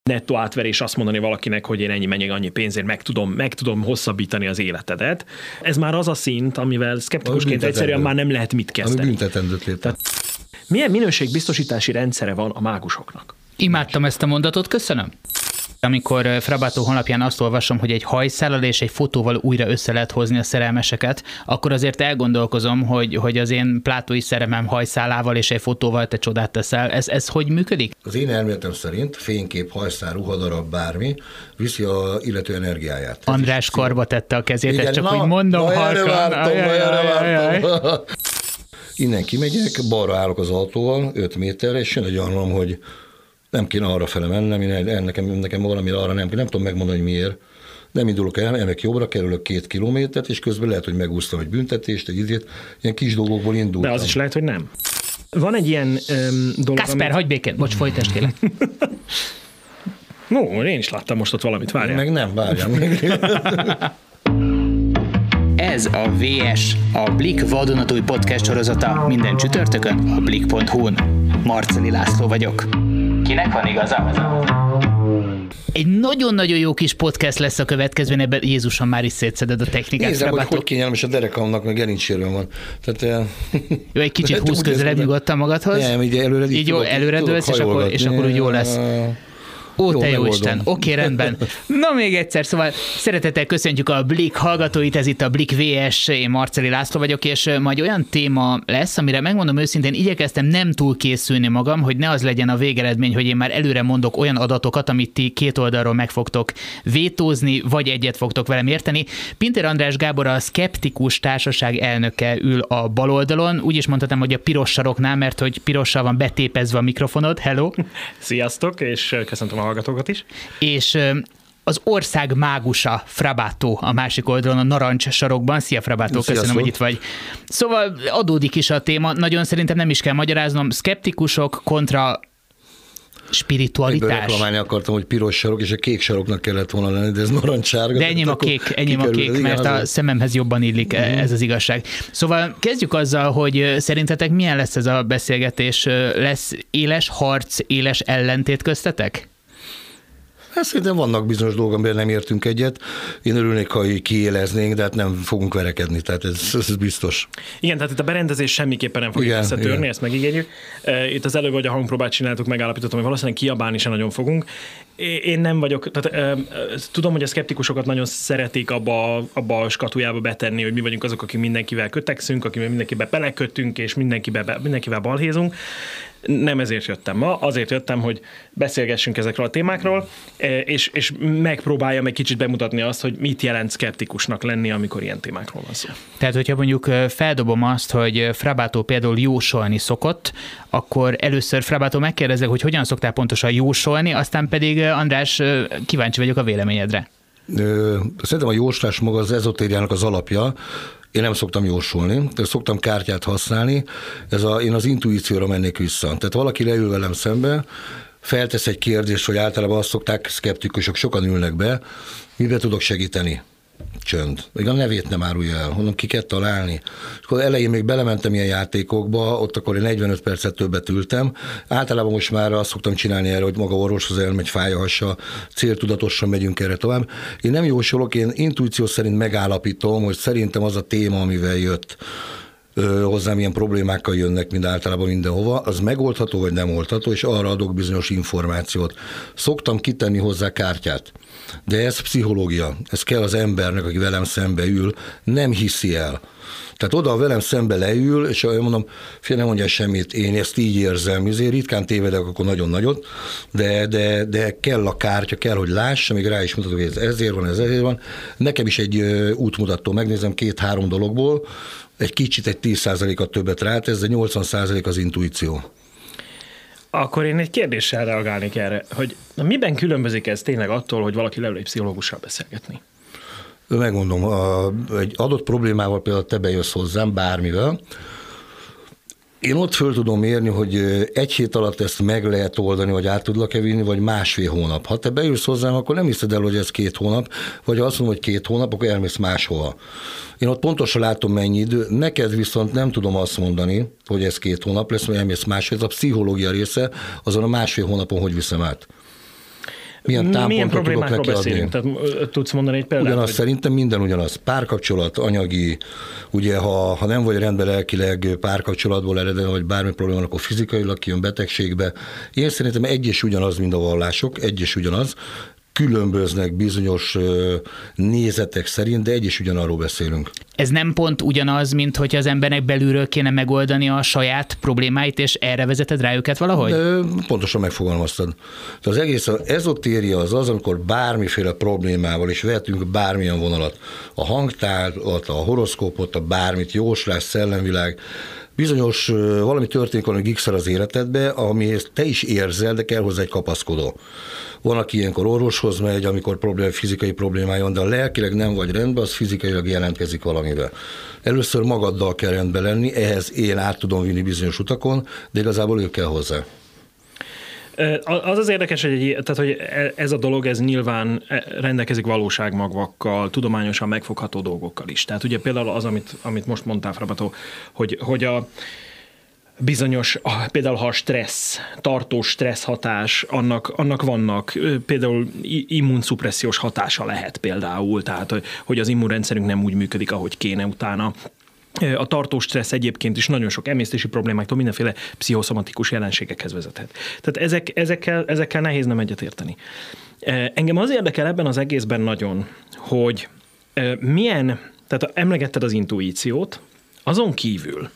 nettó átverés azt mondani valakinek, hogy én annyi pénzért meg tudom hosszabbítani az életedet. Ez már az a szint, amivel szkeptikusként egyszerűen már nem lehet mit kezdeni. Ami büntetendőt lépett. Milyen minőségbiztosítási rendszere van a mágusoknak? Imádtam ezt a mondatot, köszönöm. Amikor Frabato honlapján azt olvasom, hogy egy hajszállal és egy fotóval újra össze lehet hozni a szerelmeseket, akkor azért elgondolkozom, hogy az én plátói szerelmem hajszálával és egy fotóval te csodát teszel. Ez hogy működik? Az én elméletem szerint fénykép, hajszál, ruhadarab, bármi viszi a illető energiáját. András karba tette a kezét, igen, ezt csak úgy mondom halkan. Innen kimegyek, balra állok az autóval 5 méterre, és jön egy olyan, hogy nem kéne arra fele mennem, nekem valami arra nem tudom megmondani, hogy miért. Nem indulok el, elmegyek jobbra, kerülök 2 kilométert, és közben lehet, hogy megúsztam egy büntetést, egy idét, ilyen kis dolgokból indultam. De az is lehet, hogy nem. Van egy ilyen dolog, Kasper, hagyj békén, bocs, folytasd kérlek. No, én is láttam most ott valamit, várjál. Meg nem, várjál még. Ez a VS, a Blik vadonatúj podcast sorozata minden csütörtökön a blik.hu-n. Marceli László vagyok. Kinek van igaza? Egy nagyon-nagyon jó kis podcast lesz a következőn, ebben Jézusom, már is szétszeded a technikát. Nézzem, hogy kényelmes a derekamnak, meg gerincsérőm van. Tehát, jó, egy kicsit húz közelebb nyugodtan magadhoz. Nem, így előredőlsz, és akkor úgy jó lesz. Ó, te jó Isten, oké, rendben. Na még egyszer, szóval szeretettel köszöntjük a Blik hallgatóit, ez itt a Blik VS, én Marceli László vagyok, és majd olyan téma lesz, amire megmondom őszintén, igyekeztem nem túl készülni magam, hogy ne az legyen a végeredmény, hogy én már előre mondok olyan adatokat, amit ti két oldalról meg fogtok vétózni, vagy egyet fogtok velem érteni. Pintér András Gábor, a Szkeptikus Társaság elnöke ül a bal oldalon, úgy is mondhatom, hogy a piros saroknál, mert hogy pirossal van betépezve a mikrofonod. Hello! Sziasztok, és köszöntöm a hallgatókat is. És az ország mágusa Frabato a másik oldalon, a narancs sarokban. Szia Frabato, köszönöm, hogy itt vagy. Szóval adódik is a téma, nagyon szerintem nem is kell magyaráznom, szkeptikusok kontra spiritualitás. Ebből reklamálni akartam, hogy piros sarok, és a kék saroknak kellett volna lenni, de ez narancsárga. De enyém a kék, mert a szememhez jobban illik, ez az igazság. Szóval kezdjük azzal, hogy szerintetek milyen lesz ez a beszélgetés? Lesz éles harc, éles ellentét köztetek? Hát szerintem vannak bizonyos dolgok, amiben nem értünk egyet. Én örülnék, ha kiéleznénk, de hát nem fogunk verekedni, tehát ez biztos. Igen, tehát itt a berendezés semmiképpen nem fogjuk összetörni, ezt megígérjük. Itt az előbb, hogy a hangpróbát csináltuk, megállapítottam, hogy valószínűleg kiabálni sem nagyon fogunk. Én nem vagyok, tehát tudom, hogy a szkeptikusokat nagyon szeretik abba a skatujába betenni, hogy mi vagyunk azok, akik mindenkivel kötekszünk, akivel mindenkibe belekötünk, és mindenkivel balhézunk. Nem ezért jöttem ma, azért jöttem, hogy beszélgessünk ezekről a témákról, és megpróbáljam egy kicsit bemutatni azt, hogy mit jelent szkeptikusnak lenni, amikor ilyen témákról van szó. Tehát, hogyha mondjuk feldobom azt, hogy Frabato például jósolni szokott, akkor először Frabato megkérdezek, hogy hogyan szoktál pontosan jósolni, aztán pedig András, kíváncsi vagyok a véleményedre. Szerintem a jóslás maga az ezotériának az alapja. Én nem szoktam jósolni, de szoktam kártyát használni, én az intuícióra mennék vissza. Tehát valaki leül velem szembe, feltesz egy kérdést, hogy általában azt szokták, szkeptikusok sokan ülnek be, miben tudok segíteni? Csönd. Még a nevét nem árulja el, honnan ki kell találni. És akkor elején még belementem ilyen játékokba, ott akkor én 45 percet többet ültem. Általában most már azt szoktam csinálni erre, hogy maga orvoshoz elmegy, fáj a hasa, céltudatosan megyünk erre tovább. Én nem jósolok, én intuíció szerint megállapítom, hogy szerintem az a téma, amivel jött hozzám ilyen problémákkal jönnek, mint általában mindenhova, az megoldható vagy nem oldható, és arra adok bizonyos információt. Szoktam kitenni hozzá kártyát, de ez pszichológia, ez kell az embernek, aki velem szembe ül, nem hiszi el. Tehát oda velem szembe leül, és mondom, fél nem mondja semmit, én ezt így érzem, ezért ritkán tévedek, akkor nagyon nagyot, de kell a kártya, kell, hogy lássa, még rá is mutatok, hogy ez ezért van. Nekem is egy útmutató, megnézem 2-3 dologból, egy kicsit, egy 10%-at többet rátesz, de 80% az intuíció. Akkor én egy kérdéssel reagálnék erre, hogy miben különbözik ez tényleg attól, hogy valaki leül egy pszichológussal beszélgetni? Megmondom, egy adott problémával például te bejössz hozzám bármivel, én ott föl tudom mérni, hogy egy hét alatt ezt meg lehet oldani, vagy át tudlak-e vinni, vagy 1,5 hónap. Ha te bejössz hozzám, akkor nem hiszed el, hogy ez 2 hónap, vagy ha azt mondom, hogy 2 hónap, akkor elmész máshova. Én ott pontosan látom, mennyi idő, neked viszont nem tudom azt mondani, hogy ez 2 hónap lesz, vagy elmész máshova. Ez a pszichológia része, azon a 1,5 hónapon hogy viszem át. milyen problémákról beszélünk? Tehát tudsz mondani egy példát? Ugyanaz, szerintem minden ugyanaz. Párkapcsolat, anyagi, ugye ha nem vagy rendben lelkileg párkapcsolatból eredően, vagy bármi probléma, akkor fizikailag kijön betegségbe. Én szerintem egy és ugyanaz, mind a vallások, egy és ugyanaz. Különböznek bizonyos nézetek szerint, de egy is ugyanarról beszélünk. Ez nem pont ugyanaz, mint hogy az embernek belülről kéne megoldani a saját problémáit, és erre vezeted rá őket valahogy? De pontosan megfogalmaztad. Az egész az ezotéria az, amikor bármiféle problémával, és vehetünk bármilyen vonalat, a hangtárat, a horoszkópot, a bármit, jóslás, szellemvilág, bizonyos valami történik, valami gigszer az életedbe, ami te is érzel, de kell hozzá egy kapaszkodó. Van, aki ilyenkor orvoshoz megy, amikor fizikai problémája van, de a lelkileg nem vagy rendben, az fizikailag jelentkezik valamivel. Először magaddal kell rendben lenni, ehhez én át tudom vinni bizonyos utakon, de igazából ő kell hozzá. Az érdekes, hogy ez a dolog, ez nyilván rendelkezik valóságmagvakkal, tudományosan megfogható dolgokkal is. Tehát ugye például az, amit most mondtál, Frabató, hogy a bizonyos, például ha a stressz, tartós stressz hatás, annak vannak például immunszupressziós hatása lehet például, tehát hogy az immunrendszerünk nem úgy működik, ahogy kéne utána. A tartós stressz egyébként is nagyon sok emésztési problémáktól mindenféle pszichoszomatikus jelenségekhez vezethet. Tehát ezekkel nehéz nem egyetérteni. Engem az érdekel ebben az egészben nagyon, hogy tehát emlegetted az intuíciót, azon kívül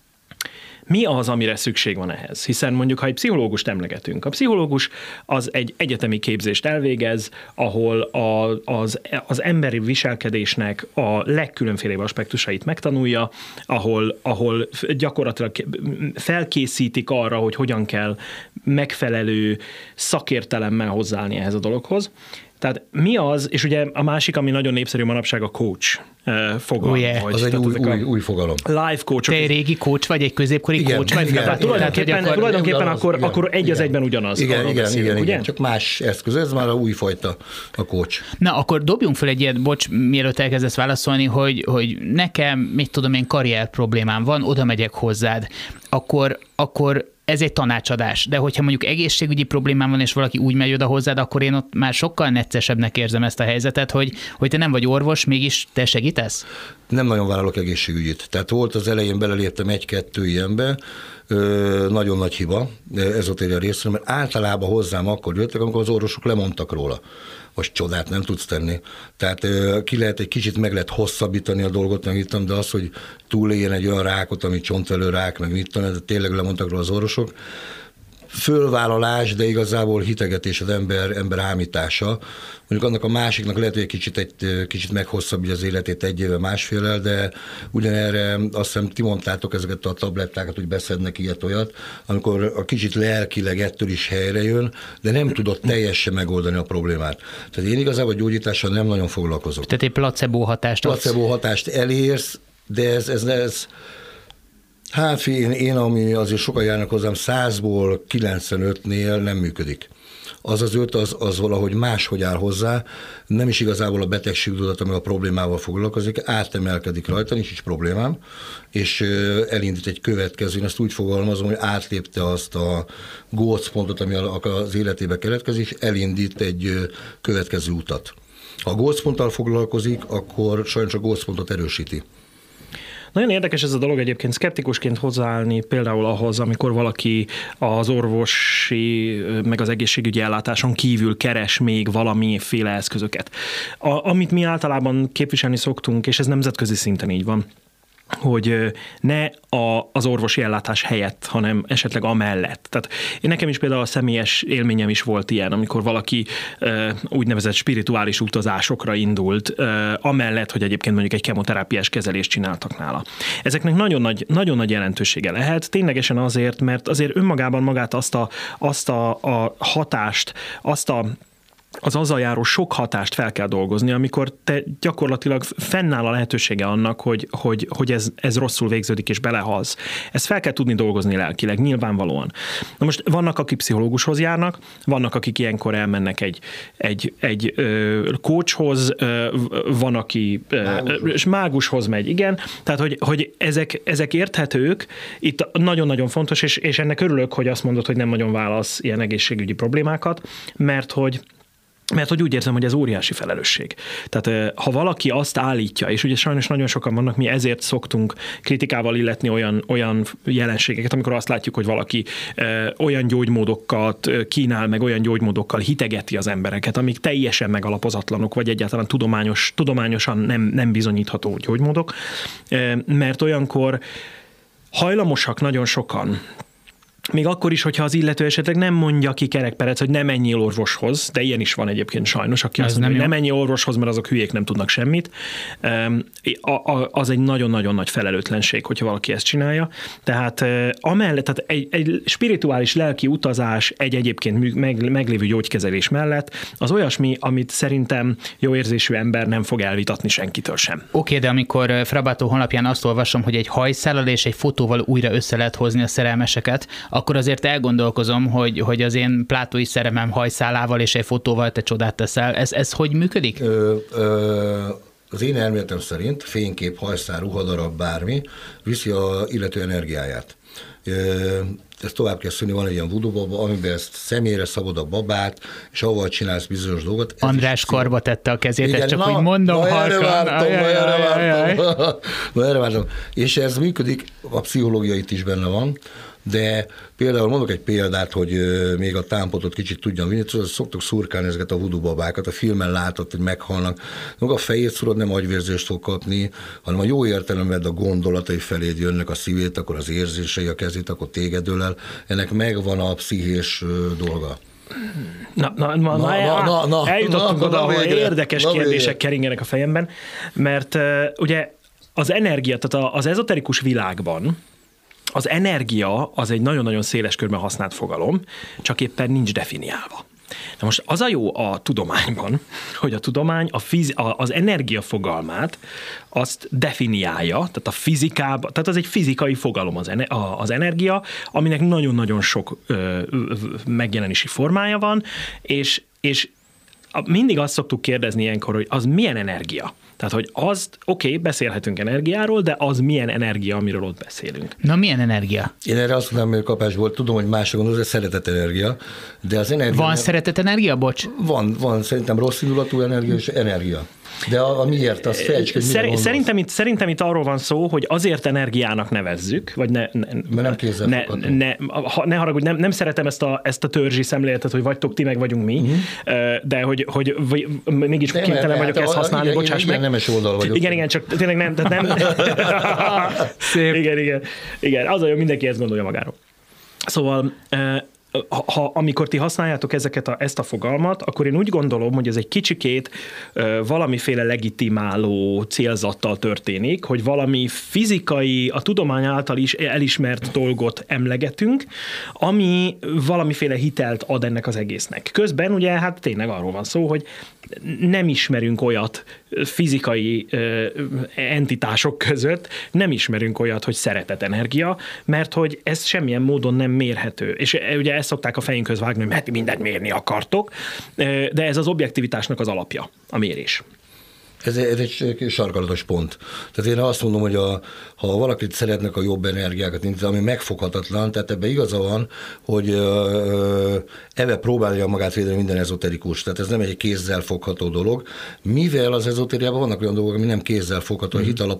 mi az, amire szükség van ehhez? Hiszen mondjuk, ha egy pszichológust emlegetünk, a pszichológus az egy egyetemi képzést elvégez, ahol az emberi viselkedésnek a legkülönfélebb aspektusait megtanulja, ahol gyakorlatilag felkészítik arra, hogy hogyan kell megfelelő szakértelemmel hozzáállni ehhez a dologhoz. Tehát mi az, és ugye a másik, ami nagyon népszerű manapság, a coach fogalom. Az egy új fogalom. Life coach. Te egy régi coach vagy, egy középkori coach vagy? Tulajdonképpen akkor egy az egyben ugyanaz. Igen. Csak más eszköz, ez már a újfajta a coach. Na, akkor dobjunk fel egy ilyet, bocs, mielőtt elkezdesz válaszolni, hogy nekem, mit tudom én, karrier problémám van, oda megyek hozzád, akkor ez egy tanácsadás, de hogyha mondjuk egészségügyi problémám van, és valaki úgy megy oda hozzád, akkor én ott már sokkal neccesebbnek érzem ezt a helyzetet, hogy te nem vagy orvos, mégis te segítesz? Nem nagyon vállalok egészségügyit. Tehát volt az elején, beleléptem 1-2 ilyenbe, nagyon nagy hiba, ezotéria részről, mert általában hozzám akkor jöttek, amikor az orvosok lemondtak róla. Most csodát nem tudsz tenni. Tehát ki lehet egy kicsit meg lehet hosszabbítani a dolgot, meg hittem, de az, hogy túléljen egy olyan rákot, ami csontvelő rák, meg mit tudom, de tényleg lemondtak róla az orvosok. Fölvállalás, de igazából hitegetés az ember ámítása. Mondjuk annak a másiknak lehet, hogy egy kicsit meghosszabbítja az életét 1 éve, másféllel, de ugyanerre azt hiszem ti mondtátok ezeket a tablettákat, hogy beszednek ilyet-olyat, amikor a kicsit lelkileg ettől is helyre jön, de nem tudod teljesen megoldani a problémát. Tehát én igazából gyógyítással nem nagyon foglalkozok. Tehát egy placebo hatást elérsz, de ez hát én, ami azért sokan járnak hozzám, 100-ból 95-nél nem működik. Az 5, az valahogy máshogy áll hozzá, nem is igazából a betegségtudat, ami a problémával foglalkozik, átemelkedik rajta, nincs is problémám, és elindít egy következő, én ezt úgy fogalmazom, hogy átlépte azt a gócpontot, ami az életébe keletkezik, és elindít egy következő utat. Ha a gócponttal foglalkozik, akkor sajnos a gócpontot erősíti. Nagyon érdekes ez a dolog egyébként szkeptikusként hozzáállni például ahhoz, amikor valaki az orvosi, meg az egészségügyi ellátáson kívül keres még valamiféle eszközöket. Amit mi általában képviselni szoktunk, és ez nemzetközi szinten így van, hogy ne az orvosi ellátás helyett, hanem esetleg amellett. Tehát nekem is például a személyes élményem is volt ilyen, amikor valaki úgynevezett spirituális utazásokra indult, amellett, hogy egyébként mondjuk egy kemoterápiás kezelést csináltak nála. Ezeknek nagyon nagy jelentősége lehet, ténylegesen azért, mert azért önmagában magát azt a hatást, az azzal járó sok hatást fel kell dolgozni, amikor te gyakorlatilag fennáll a lehetősége annak, hogy ez rosszul végződik és belehalsz. Ezt fel kell tudni dolgozni lelkileg, nyilvánvalóan. Na most vannak, akik pszichológushoz járnak, vannak, akik ilyenkor elmennek egy coachhoz, van, aki mágushoz megy, igen. Tehát, hogy ezek érthetők, itt nagyon-nagyon fontos, és ennek örülök, hogy azt mondod, hogy nem nagyon válasz ilyen egészségügyi problémákat, mert hogy mert hogy úgy érzem, hogy ez óriási felelősség. Tehát ha valaki azt állítja, és ugye sajnos nagyon sokan vannak, mi ezért szoktunk kritikával illetni olyan jelenségeket, amikor azt látjuk, hogy valaki olyan gyógymódokat kínál, meg olyan gyógymódokkal hitegeti az embereket, amik teljesen megalapozatlanok, vagy egyáltalán tudományosan nem bizonyítható gyógymódok, mert olyankor hajlamosak nagyon sokan, még akkor is, hogyha az illető esetleg nem mondja ki kerekperec, hogy ne menjél orvoshoz, de ilyen is van egyébként sajnos, aki azt mondja, hogy ne menjél orvoshoz, mert azok hülyék, nem tudnak semmit. Az egy nagyon-nagyon nagy felelőtlenség, hogyha valaki ezt csinálja. Tehát amellett, tehát egy spirituális lelki utazás egy egyébként meglévő gyógykezelés mellett az olyasmi, amit szerintem jó érzésű ember nem fog elvitatni senkitől sem. Oké, de amikor Frabato honlapján azt olvasom, hogy egy hajszállal és egy fotóval újra össze lehet hozni a szerelmeseket, akkor azért elgondolkozom, hogy az én plátói szerelmem hajszálával és egy fotóval te csodát teszel. Ez hogy működik? Az én elméletem szerint fénykép, hajszál, ruhadarab, bármi viszi a illető energiáját. Ezt tovább kell szűnni, van egy ilyen voodoo baba, amiben ezt személyre szabod a babát, és ahol csinálsz bizonyos dolgot. András karba tette a kezét, ezt csak úgy mondom halkan. Erre vártam. És ez működik, a pszichológiait is benne van, de például mondok egy példát, hogy még a támpontot kicsit tudjam vinni, szoktuk szurkálni ezeket a voodoo babákat, a filmen látod, hogy meghalnak. A fejét szurod, nem agyvérzést fog kapni, hanem a jó értelemben a gondolatai feléd jönnek, a szívét, akkor az érzései, a kezét, akkor téged ölel. Ennek megvan a pszichés dolga. Eljutottunk oda, ahol érdekes kérdések keringenek a fejemben, mert ugye az energia, tehát az ezoterikus világban az energia az egy nagyon-nagyon széles körben használt fogalom, csak éppen nincs definiálva. Na most az a jó a tudományban, hogy a tudomány az energia fogalmát azt definiálja, tehát a fizikában, tehát az egy fizikai fogalom az energia, aminek nagyon-nagyon sok megjelenési formája van, és mindig azt szoktuk kérdezni ilyenkor, hogy az milyen energia? Tehát, hogy oké, beszélhetünk energiáról, de az milyen energia, amiről ott beszélünk. Na, milyen energia? Én erre azt mondom, hogy kapásból tudom, hogy másra gondolsz, ez szeretetenergia, de az energia... Van szeretetenergia, bocs? Van, szerintem rossz indulatú energia és energia. De a miért? Azt fejtsd, hogy Szerintem itt arról van szó, hogy azért energiának nevezzük, vagy mert nem kézzelfogható. Ne haragudj, nem szeretem ezt a törzsi szemléletet, hogy vagytok ti, meg vagyunk mi, de hogy mégis képtelen vagyok ezt használni, bocsáss meg. Nemes oldal vagyok. Igen, csak tényleg nem. Tehát nem. Szép. Igen, az a jó, mindenki ezt gondolja magáról. Szóval... amikor ti használjátok ezt a fogalmat, akkor én úgy gondolom, hogy ez egy kicsikét valamiféle legitimáló célzattal történik, hogy valami fizikai, a tudomány által is elismert dolgot emlegetünk, ami valamiféle hitelt ad ennek az egésznek. Közben ugye hát tényleg arról van szó, hogy nem ismerünk olyat fizikai entitások között, nem ismerünk olyat, hogy szeretetenergia, mert hogy ez semmilyen módon nem mérhető. És ugye ezt szokták a fejünkhöz vágni, hogy hát mindent mérni akartok, de ez az objektivitásnak az alapja, a mérés. Ez egy sarkalatos pont. Tehát én azt mondom, hogy ha valakit szeretnek a jobb energiákat, ami megfoghatatlan, tehát ebben igaza van, hogy ebbe próbálja magát védeni minden ezoterikus. Tehát ez nem egy kézzel fogható dolog, mivel az ezotériában vannak olyan dolgok, ami nem kézzel fogható,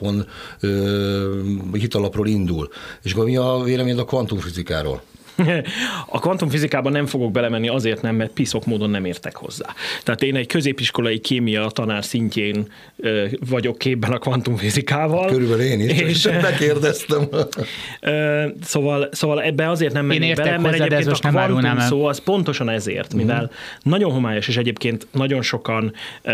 hitalapról indul. És akkor mi a véleményed a kvantumfizikáról? A kvantumfizikában nem fogok belemenni, azért nem, mert piszok módon nem értek hozzá. Tehát én egy középiskolai kémia tanár szintjén vagyok képben a kvantumfizikával. Körülbelül én is, és megkérdeztem. Szóval ebbe azért nem mennék bele, mert egyébként a kvantum szó az pontosan ezért, mivel nagyon homályos, és egyébként nagyon sokan,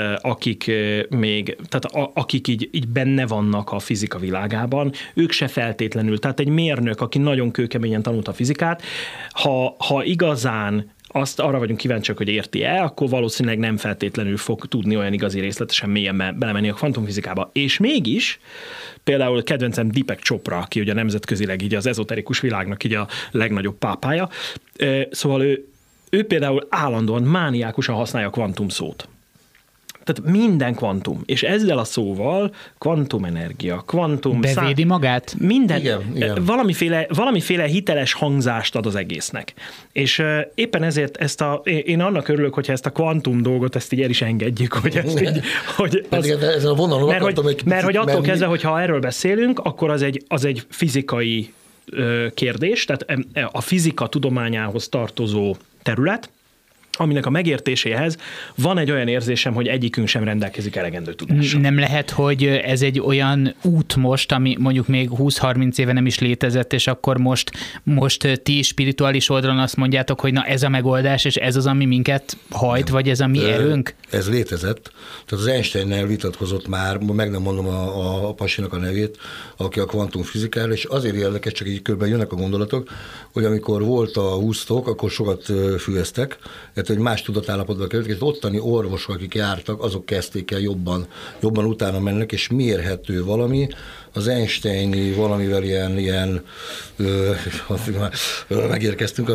akik így benne vannak a fizika világában, ők se feltétlenül. Tehát egy mérnök, aki nagyon kőkeményen tanult a fizikát, ha igazán azt arra vagyunk kíváncsiak, hogy érti-e, akkor valószínűleg nem feltétlenül fog tudni olyan igazi részletesen mélyen belemenni a kvantumfizikába. És mégis, például kedvencem Deepak Chopra, aki ugye nemzetközileg így az ezoterikus világnak így a legnagyobb pápája, szóval ő például állandóan mániákusan használja a kvantum szót. Tehát minden kvantum. És ezzel a szóval kvantumenergia, kvantum... Bevédi magát? Minden. Igen. Valamiféle hiteles hangzást ad az egésznek. És éppen ezért én annak örülök, hogyha ezt a kvantum dolgot, ezt így el is engedjük, hogy ezt így... Mert hogy attól kezdve, hogyha erről beszélünk, akkor az egy fizikai kérdés, tehát a fizika tudományához tartozó terület, aminek a megértéséhez van egy olyan érzésem, hogy egyikünk sem rendelkezik elegendő tudással. Nem lehet, hogy ez egy olyan út most, ami mondjuk még 20-30 éve nem is létezett, és akkor most ti spirituális oldalon azt mondjátok, hogy na ez a megoldás, és ez az, ami minket hajt, vagy ez a mi erőnk? Ez létezett. Tehát az Einstein-nel vitatkozott már, meg nem mondom a pasinak a nevét, aki a kvantumfizikáról, és azért érdekes, csak így körben jönnek a gondolatok, hogy amikor volt a Woodstock, akkor sokat fűeztek, hogy más tudatállapotba kerültek, és ottani orvosok, akik jártak, azok kezdték el jobban utána mennek, és mérhető valami, az Einstein-i valamivel ilyen megérkeztünk,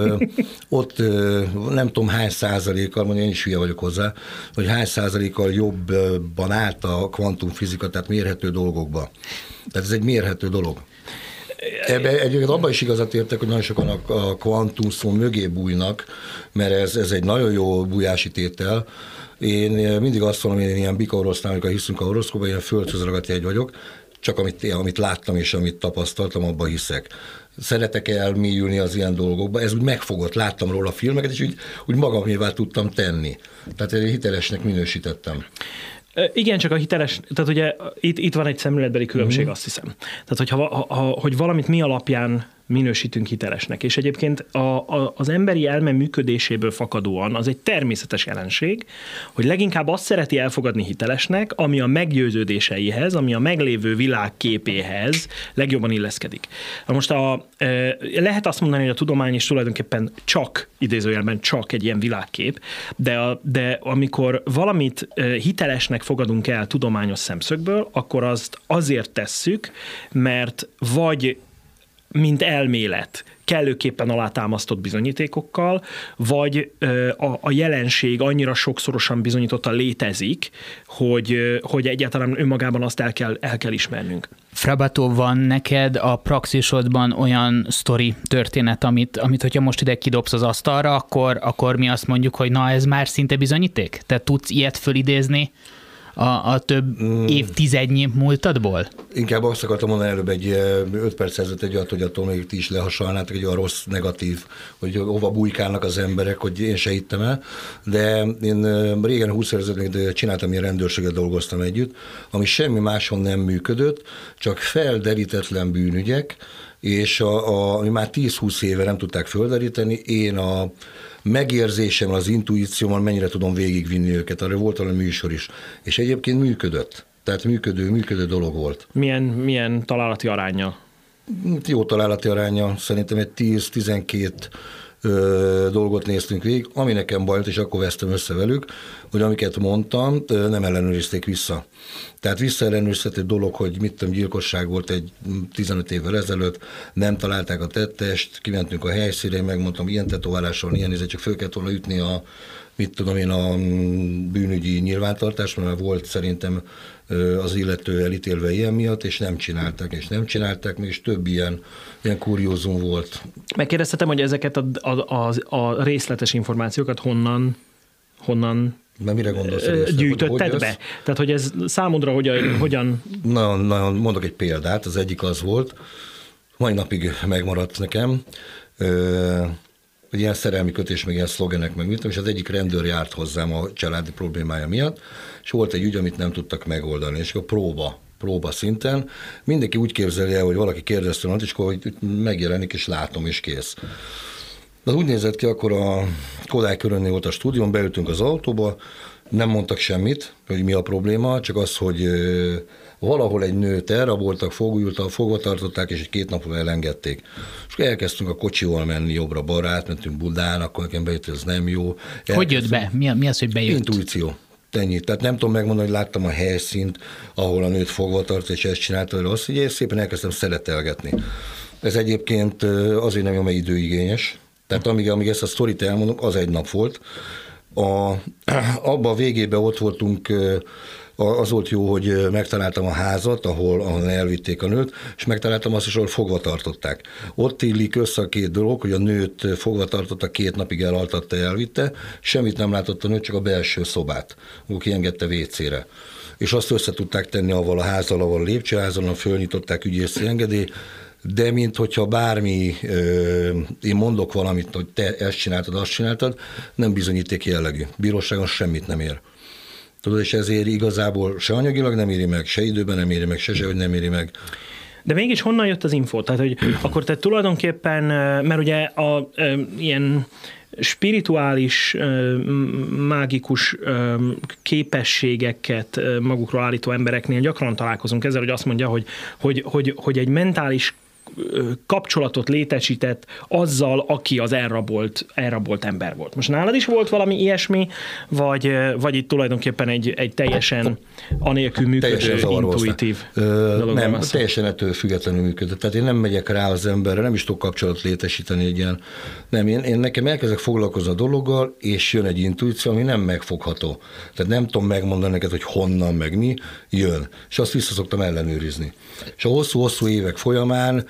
ott nem tudom hány százalékkal, mondja, én is hülye vagyok hozzá, hogy hány százalékkal jobban állt a kvantumfizika, tehát mérhető dolgokba. Tehát ez egy mérhető dolog. Egyébként abban is igazat értek, hogy nagyon sokan a kvantum szó mögé bújnak, mert ez egy nagyon jó bújási tétel. Én mindig azt mondom, én ilyen bika oroszlán, amikor hiszünk a horoszkóban, én a földhöz ragadt jegy vagyok, csak amit láttam és amit tapasztaltam, abban hiszek. Szeretek elmélyülni az ilyen dolgokba, ez úgy megfogott, láttam róla a filmeket, és úgy magamévá tudtam tenni. Tehát hitelesnek minősítettem. Igen, csak a hiteles, tehát ugye itt van egy szemléletbeli különbség, azt hiszem. Tehát, hogy valamit mi alapján minősítünk hitelesnek. És egyébként az emberi elme működéséből fakadóan az egy természetes jelenség, hogy leginkább azt szereti elfogadni hitelesnek, ami a meggyőződéseihez, ami a meglévő világképéhez legjobban illeszkedik. Most lehet azt mondani, hogy a tudomány is tulajdonképpen csak, idézőjelben csak egy ilyen világkép, de amikor valamit hitelesnek fogadunk el tudományos szemszögből, akkor azt azért tesszük, mert vagy mint elmélet kellőképpen alátámasztott bizonyítékokkal, vagy a jelenség annyira sokszorosan bizonyítottan létezik, hogy egyáltalán önmagában azt el kell ismernünk. Frabató, van neked a praxisodban olyan sztori történet, amit hogyha most ide kidobsz az asztalra, akkor mi azt mondjuk, hogy na ez már szinte bizonyíték? Te tudsz ilyet fölidézni a több évtizednyi múltadból? Inkább azt akartam mondani előbb egy 5 perc ezelőtt egy olyat, hogy attól még ti is lehasonlnátok, egy olyan rossz, negatív, hogy hova bujkálnak az emberek, hogy én se hittem el, de én régen 20 évvel ezelőtt csináltam ilyen rendőrséget, dolgoztam együtt, ami semmi máson nem működött, csak felderítetlen bűnügyek, és ami már 10-20 éve nem tudták földeríteni, én a megérzésemmel, az intuíciómmal mennyire tudom végigvinni őket. Arra volt valami műsor is. És egyébként működött. Tehát működő dolog volt. Milyen találati aránya? Jó találati aránya. Szerintem egy 10-12 dolgot néztünk végig, ami nekem bajt, és akkor vesztem össze velük, hogy amiket mondtam, nem ellenőrizték vissza. Tehát visszaellenőrizhető dolog, hogy mit tudom, gyilkosság volt egy 15 évvel ezelőtt, nem találták a tettest, kimentünk a helyszínre, megmondtam, ilyen tetoválással, ilyen csak föl kellett volna ütni a bűnügyi nyilvántartást, mert volt szerintem az illető elítélve ilyen miatt, és nem csinálták, és több ilyen kuriózum volt. Megkérdeztetem, hogy ezeket a részletes információkat honnan de mire gondolsz? Gyűjtötted be? Tehát, hogy ez számodra hogyan... Nagyon mondok egy példát, az egyik az volt, mai napig megmaradt nekem, hogy ilyen szerelmi kötés, meg ilyen szlogenek, meg mit, és az egyik rendőr járt hozzám a családi problémája miatt, és volt egy ügy, amit nem tudtak megoldani, és akkor próba szinten. Mindenki úgy képzeli el, hogy valaki kérdezte, és akkor megjelenik, és látom, és kész. De úgy nézett ki, akkor a Kodály Körönnél volt a stúdión, beültünk az autóba, nem mondtak semmit, hogy mi a probléma, csak az, hogy valahol egy nőt elraboltak, fogva tartották, és 2 napra elengedték. És akkor elkezdtünk a kocsival menni jobbra-balra, átmentünk Budán, akkor nekem bejött, hogy ez nem jó. Hogy jött be? Mi az, hogy bejött? Intuíció. Ennyi. Tehát nem tudom megmondani, hogy láttam a helyszínt, ahol a nőt fogva tart, és ezt csinálta, hogy azt, hogy szépen elkezdtem szeretelgetni. Ez egyébként azért nem jó, mert időigényes. Tehát amíg ezt a sztorit elmondom, az egy nap volt. Abba a végében ott voltunk, az volt jó, hogy megtaláltam a házat, ahol elvitték a nőt, és megtaláltam azt is, ahol fogva tartották. Ott illik össze a két dolog, hogy a nőt fogva tartotta, 2 napig elaltatta, elvitte, semmit nem látott a nő, csak a belső szobát, ahol kiengedte WC-re. És azt össze tudták tenni avval a házzal, avval a lépcsőházon, fölnyitották ügyészi engedély, de minthogyha bármi, én mondok valamit, hogy te ezt csináltad, azt csináltad, nem bizonyíték jellegű. Bíróságon semmit nem ér. Tudod, és ezért igazából se anyagilag nem éri meg, se időben nem éri meg, hogy nem éri meg. De mégis honnan jött az info? Tehát, hogy akkor te tulajdonképpen, mert ugye ilyen spirituális, mágikus képességeket magukról állító embereknél gyakran találkozunk ezzel, hogy azt mondja, hogy egy mentális kapcsolatot létesített azzal, aki az elrabolt ember volt. Most nálad is volt valami ilyesmi, vagy itt tulajdonképpen egy teljesen anélkül működő, intuitív dolog? Nem, teljesen ettől függetlenül működött. Tehát én nem megyek rá az emberre, nem is tudok kapcsolatot létesíteni egy ilyen. Nem, én nekem elkezdek foglalkozni a dologgal, és jön egy intuíció, ami nem megfogható. Tehát nem tudom megmondani neked, hogy honnan, meg mi, jön. És azt vissza szoktam ellenőrizni. És a hosszú-hosszú évek folyamán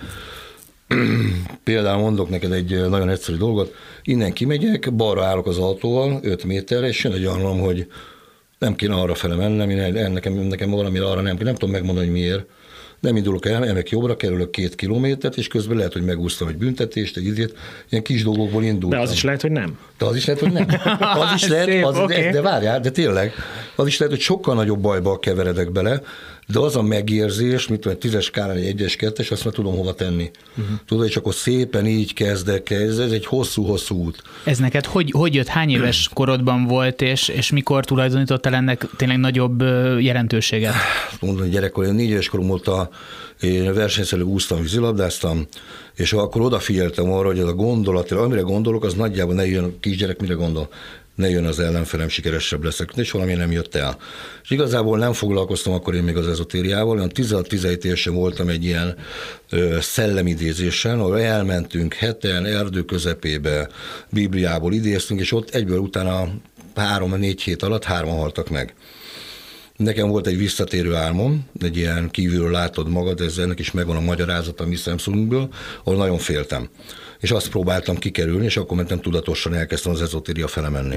például mondok neked egy nagyon egyszerű dolgot, innen kimegyek, balra állok az autóval 5 méterre, és jön egy olyan, hogy nem kéne arra fele mennem, nekem valami arra nem tudom megmondani, hogy miért. Nem indulok el, elmegyek jobbra, kerülök 2 kilométert, és közben lehet, hogy megúsztam egy büntetést, egy idét, ilyen kis dolgokból indultam. De az is lehet, hogy nem. De az is lehet, hogy nem. Az is lehet, szép, okay. de várjál, de tényleg, az is lehet, hogy sokkal nagyobb bajba keveredek bele, de az a megérzés, mint egy 10-es skálán egy 1-es, 2-es, azt már tudom hova tenni. Tudod, és akkor szépen így kezdek, ez egy hosszú-hosszú út. Ez neked hogy jött, hány éves korodban volt, és mikor tulajdonítottál ennek tényleg nagyobb jelentőséget? Mondom, hogy gyerekkor, 4 éves korom óta én versenyszerűen úsztam, vízilabdáztam, és akkor odafigyeltem arra, hogy ez a gondolat, amire gondolok, az nagyjából ne jön, kisgyerek mire gondol, ne jön az ellenfelem, sikeresebb leszek, és valami nem jött el. És igazából nem foglalkoztam akkor én még az ezotériával, olyan 16-17 évesen voltam egy ilyen szellemidézésen, ahol elmentünk heten, erdő közepébe, Bibliából idéztünk, és ott egyből utána 3-4 hét alatt 3-an haltak meg. Nekem volt egy visszatérő álmom, egy ilyen kívülről látod magad, ennek is megvan a magyarázata a mi szemszögünkből, ahol nagyon féltem. És azt próbáltam kikerülni, és akkor mentem tudatosan, elkezdtem az ezotéria fele menni.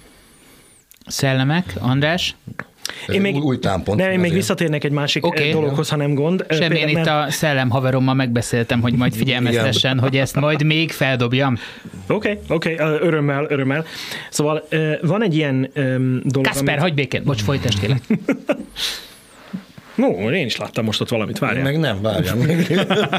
Szellemek, András? Én még, új támpont. Nem, én még visszatérnék egy másik dologhoz, ha nem gond. Semmi, én itt a szellem haverommal megbeszéltem, hogy majd figyelmeztessen, hogy ezt majd még feldobjam. Oké, örömmel. Szóval van egy ilyen dolog, Kasper, hagyj békén. Bocs, folytasd kérlek. No, én is láttam most ott valamit, várjál. Meg nem, várjál meg.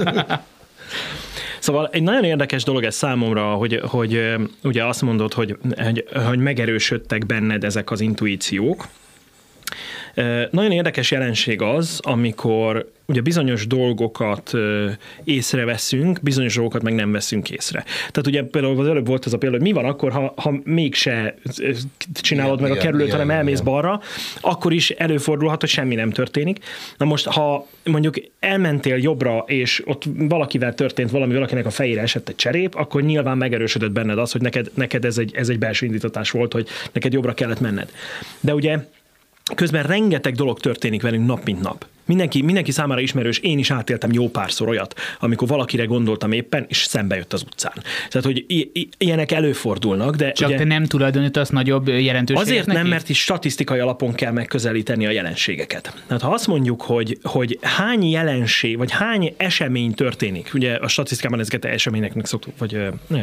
Szóval egy nagyon érdekes dolog ez számomra, hogy ugye azt mondod, hogy megerősödtek benned ezek az intuíciók. Nagyon érdekes jelenség az, amikor ugye bizonyos dolgokat észreveszünk, bizonyos dolgokat meg nem veszünk észre. Tehát ugye például az előbb volt ez a példa, hogy mi van akkor, ha mégse csinálod meg a kerülőt, hanem elmész balra, akkor is előfordulhat, hogy semmi nem történik. Na most, ha mondjuk elmentél jobbra, és ott valakivel történt valami, valakinek a fejére esett egy cserép, akkor nyilván megerősödött benned az, hogy neked ez egy belső indítatás volt, hogy neked jobbra kellett menned. De ugye közben rengeteg dolog történik velünk nap mint nap. Mindenki számára ismerős, én is átéltem jó párszor olyat, amikor valakire gondoltam éppen, és szembe jött az utcán. Tehát, hogy ilyenek előfordulnak, de... Csak ugye, te nem tulajdonítasz nagyobb jelentőséget azért neki? nem, mert is statisztikai alapon kell megközelíteni a jelenségeket. Tehát ha azt mondjuk, hogy hány jelenség, vagy hány esemény történik, ugye a statisztikában ezeket eseményeknek szoktuk vagy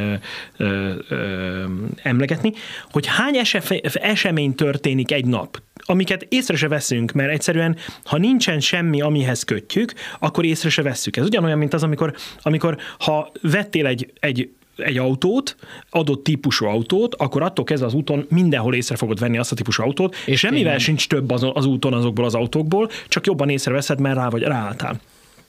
emlegetni, hogy hány esemény történik egy nap, amiket észre se veszünk, mert egyszerűen, ha nincsen semmi, amihez kötjük, akkor észre se vesszük. Ez ugyanolyan, mint az, amikor ha vettél egy autót, adott típusú autót, akkor attól kezdve az úton mindenhol észre fogod venni azt a típusú autót, és semmivel sincs több az úton azokból az autókból, csak jobban észreveszed, mert ráálltál.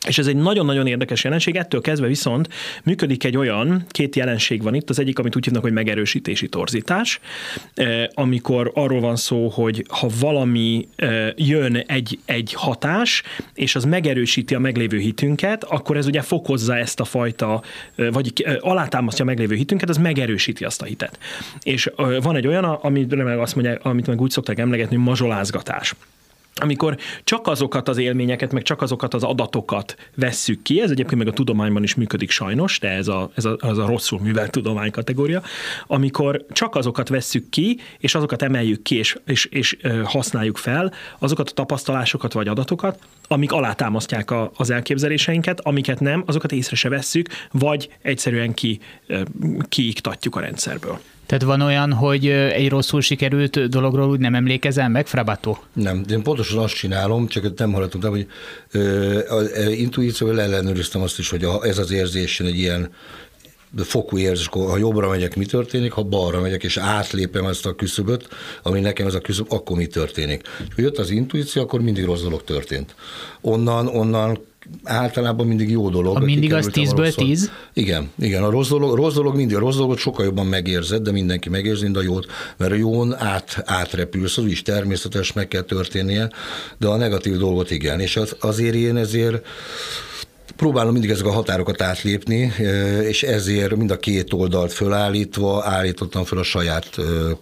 És ez egy nagyon-nagyon érdekes jelenség, ettől kezdve viszont működik egy olyan, két jelenség van itt, az egyik, amit úgy hívnak, hogy megerősítési torzítás, amikor arról van szó, hogy ha valami jön egy hatás, és az megerősíti a meglévő hitünket, akkor ez ugye fokozza ezt a fajta, vagy alátámasztja a meglévő hitünket, az megerősíti azt a hitet. És van egy olyan, amit meg úgy szokták emlegetni, mazsolázgatás. Amikor csak azokat az élményeket, meg csak azokat az adatokat vesszük ki, ez egyébként meg a tudományban is működik sajnos, de ez a rosszul művelt tudomány kategória, amikor csak azokat vesszük ki, és azokat emeljük ki, és használjuk fel, azokat a tapasztalásokat vagy adatokat, amik alátámasztják az elképzeléseinket, amiket nem, azokat észre se vesszük, vagy egyszerűen kiiktatjuk a rendszerből. Tehát van olyan, hogy egy rosszul sikerült dologról úgy nem emlékezel meg, Frabato? Nem, de én pontosan azt csinálom, csak nem hallottam, hogy az intuícióval ellenőriztem azt is, hogy ez az érzés egy ilyen fokú érzés, ha jobbra megyek, mi történik, ha balra megyek, és átlépem ezt a küszöböt, ami nekem ez a küszöb, akkor mi történik. És ha jött az intuíció, akkor mindig rossz dolog történt. Onnan általában mindig jó dolog. Mindig az 10-ből 10? Igen. A rossz dolog mindig. A rossz dolgot sokkal jobban megérzed, de mindenki megérzi, mint a jót, mert a jón átrepülsz, az is természetes, meg kell történnie, de a negatív dolgot igen. És azért én próbálom mindig ezek a határokat átlépni, és ezért mind a két oldalt fölállítva állítottam föl a saját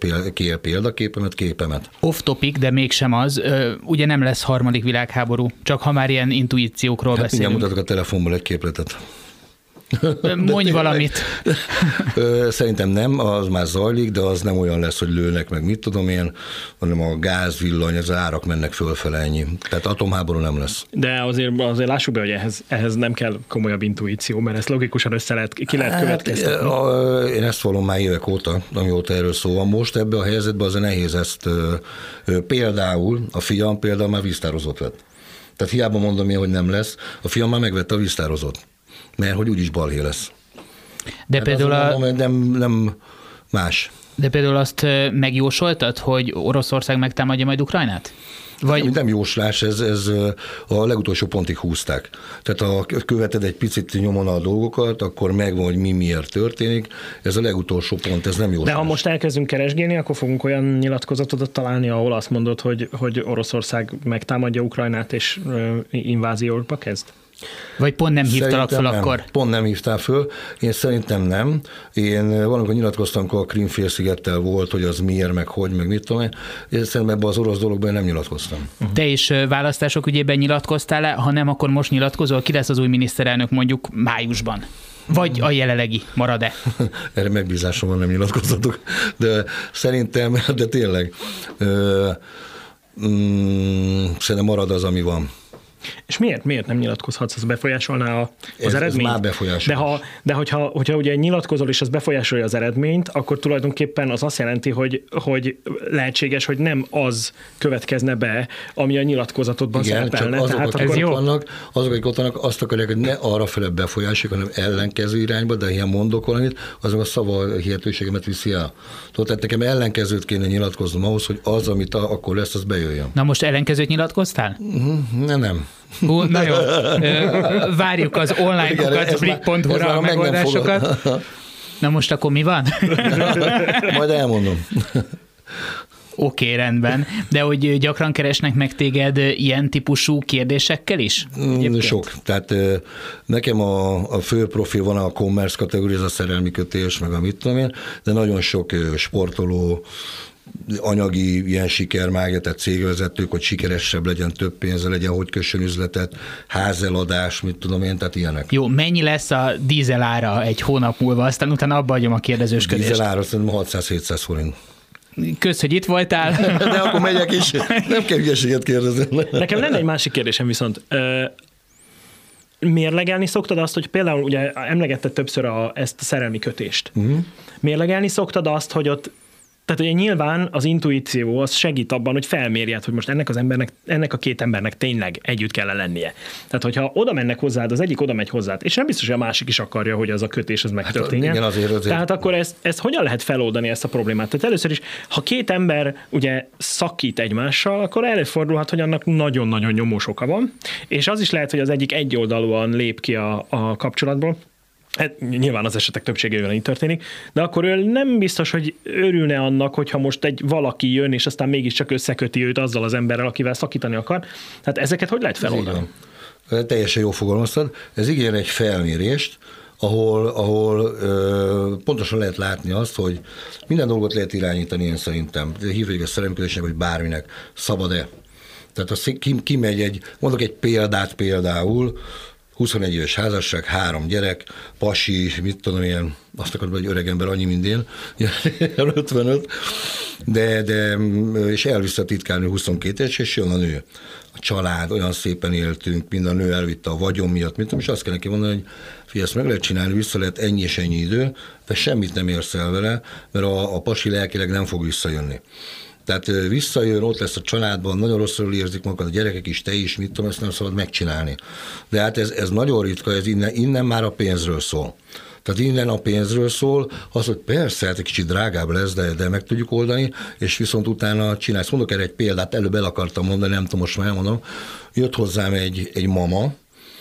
képemet. Off topic, de mégsem az. Ugye nem lesz harmadik világháború, csak ha már ilyen intuíciókról beszélünk. Mindjárt mutatok a telefonból egy képletet. Mondj valamit. Szerintem nem, az már zajlik, de az nem olyan lesz, hogy lőnek meg, mit tudom én, hanem a gáz, villany, az árak mennek fölfele, ennyi. Tehát atomháború nem lesz. De azért lássuk be, hogy ehhez nem kell komolyabb intuíció, mert ezt logikusan ki lehet következtetni. Én ezt vallom már évek óta, amióta erről szó van. Most ebben a helyzetben azért nehéz ezt. Például a fiam már víztározót vett. Tehát hiába mondom én, hogy nem lesz, a fiam már megvette a víztározót. Mert hogy úgyis balhé lesz. De például nem más. De például azt megjósoltad, hogy Oroszország megtámadja majd Ukrajnát? Vagy... Nem jóslás, ez a legutolsó pontig húzták. Tehát ha követed egy picit nyomon a dolgokat, akkor megvan, hogy miért történik. Ez a legutolsó pont, ez nem jóslás. De ha most elkezdünk keresgélni, akkor fogunk olyan nyilatkozatot találni, ahol azt mondod, hogy Oroszország megtámadja Ukrajnát és invázióba kezd? Vagy pont nem hívtalak föl akkor? Pont nem hívtál föl. Én szerintem nem. Én valamikor nyilatkoztam, amikor a Krím-félszigettel volt, hogy az miért, meg hogy, meg mit tudom én. Szerintem ebben az orosz dologban nem nyilatkoztam. Te is választások ügyében nyilatkoztál-e? Ha nem, akkor most nyilatkozol? Ki lesz az új miniszterelnök mondjuk májusban? Vagy a jelenlegi marad-e? Erre megbízásom van, nem nyilatkoztatok. De szerintem, de tényleg, szerintem marad az, ami van. És miért nem nyilatkozhatsz? Az befolyásolná az eredményt? Ez már befolyásolás. De hogyha ugye nyilatkozol, és az befolyásolja az eredményt, akkor tulajdonképpen az azt jelenti, hogy lehetséges, hogy nem az következne be, ami a nyilatkozatodban szerepelne. Csak azok, akik ott vannak, azt akarják, hogy ne arrafele befolyásolják, hanem ellenkező irányba, de ilyen mondok valamit, azok a szava hihetőségemet viszi el. Tehát nekem ellenkezőt kéne nyilatkoznom ahhoz, hogy az, amit akkor lesz, az bejöjjön. Na most ellenkezőt nyilatkoztál? Nem. Na jó, várjuk az online-kukat, blik.hu-ra a megoldásokat. Na most akkor mi van? Majd elmondom. Oké, rendben. De hogy gyakran keresnek meg téged ilyen típusú kérdésekkel is? Sok. Tehát nekem a fő profil van a commerce kategória, ez a szerelmi kötés, meg a mit tudom én, de nagyon sok sportoló, anyagi ilyen sikermágja, tehát cégvezetők, hogy sikeresebb legyen, több pénze legyen, hogy kössön üzletet, házeladás, mit tudom én, tehát ilyenek. Jó, mennyi lesz a dízel ára egy hónap múlva, aztán utána abba hagyom a kérdezősködést. Dízel ára szerintem 600-700 forint. Kösz, hogy itt voltál. De akkor megyek is. Nem kell hülyeséget kérdezni. Nekem lenne egy másik kérdésem viszont. Mérlegelni szoktad azt, hogy például ugye emlegetted többször ezt a szerelmi kötést. Mérlegelni szoktad azt, hogy ott Tehát ugye nyilván az intuíció az segít abban, hogy felmérjed, hogy most ennek a két embernek tényleg együtt kell lennie. Tehát, hogyha oda mennek hozzád, az egyik oda megy hozzád, és nem biztos, hogy a másik is akarja, hogy az a kötés ez megtörténjen. Hát, igen, azért. Tehát akkor ezt hogyan lehet feloldani, ezt a problémát? Tehát először is, ha két ember ugye szakít egymással, akkor előfordulhat, hogy annak nagyon-nagyon nyomós oka van, és az is lehet, hogy az egyik egyoldalúan lép ki a kapcsolatból. Hát, nyilván az esetek többségében így történik, de akkor ő nem biztos, hogy örülne annak, hogyha most egy valaki jön, és aztán mégiscsak összeköti őt azzal az emberrel, akivel szakítani akar. Tehát ezeket hogy lehet feloldani? Teljesen jól fogalmaztad. Ez igényel egy felmérést, ahol pontosan lehet látni azt, hogy minden dolgot lehet irányítani, én szerintem. Hívjuk a szerelmködésnek, hogy bárminek. Szabad-e? Tehát az kimegy mondok egy példát például, 21 éves házasság, 3 gyerek, pasi, mit tudom én, azt akarom, hogy öreg ember annyi, mint én, 55, és elvisz a titkárnő 22 éves, és jön a nő. A család, olyan szépen éltünk, mind a nő elvitte a vagyon miatt, mint és azt kell neki mondani, hogy figyelj, ezt meg lehet csinálni, vissza lehet ennyi és ennyi idő, de semmit nem érsz el vele, mert a pasi lelkileg nem fog visszajönni. Tehát visszajön, ott lesz a családban, nagyon rosszul érzik magukat, a gyerekek is, te is, mit tudom, ezt nem szabad megcsinálni. De hát ez nagyon ritka, ez innen már a pénzről szól. Tehát innen a pénzről szól, az, hogy persze, hát egy kicsit drágább lesz, de meg tudjuk oldani, és viszont utána csinálsz. Mondok erre egy példát, előbb el akartam mondani, nem tudom, most már elmondom. Jött hozzám egy mama,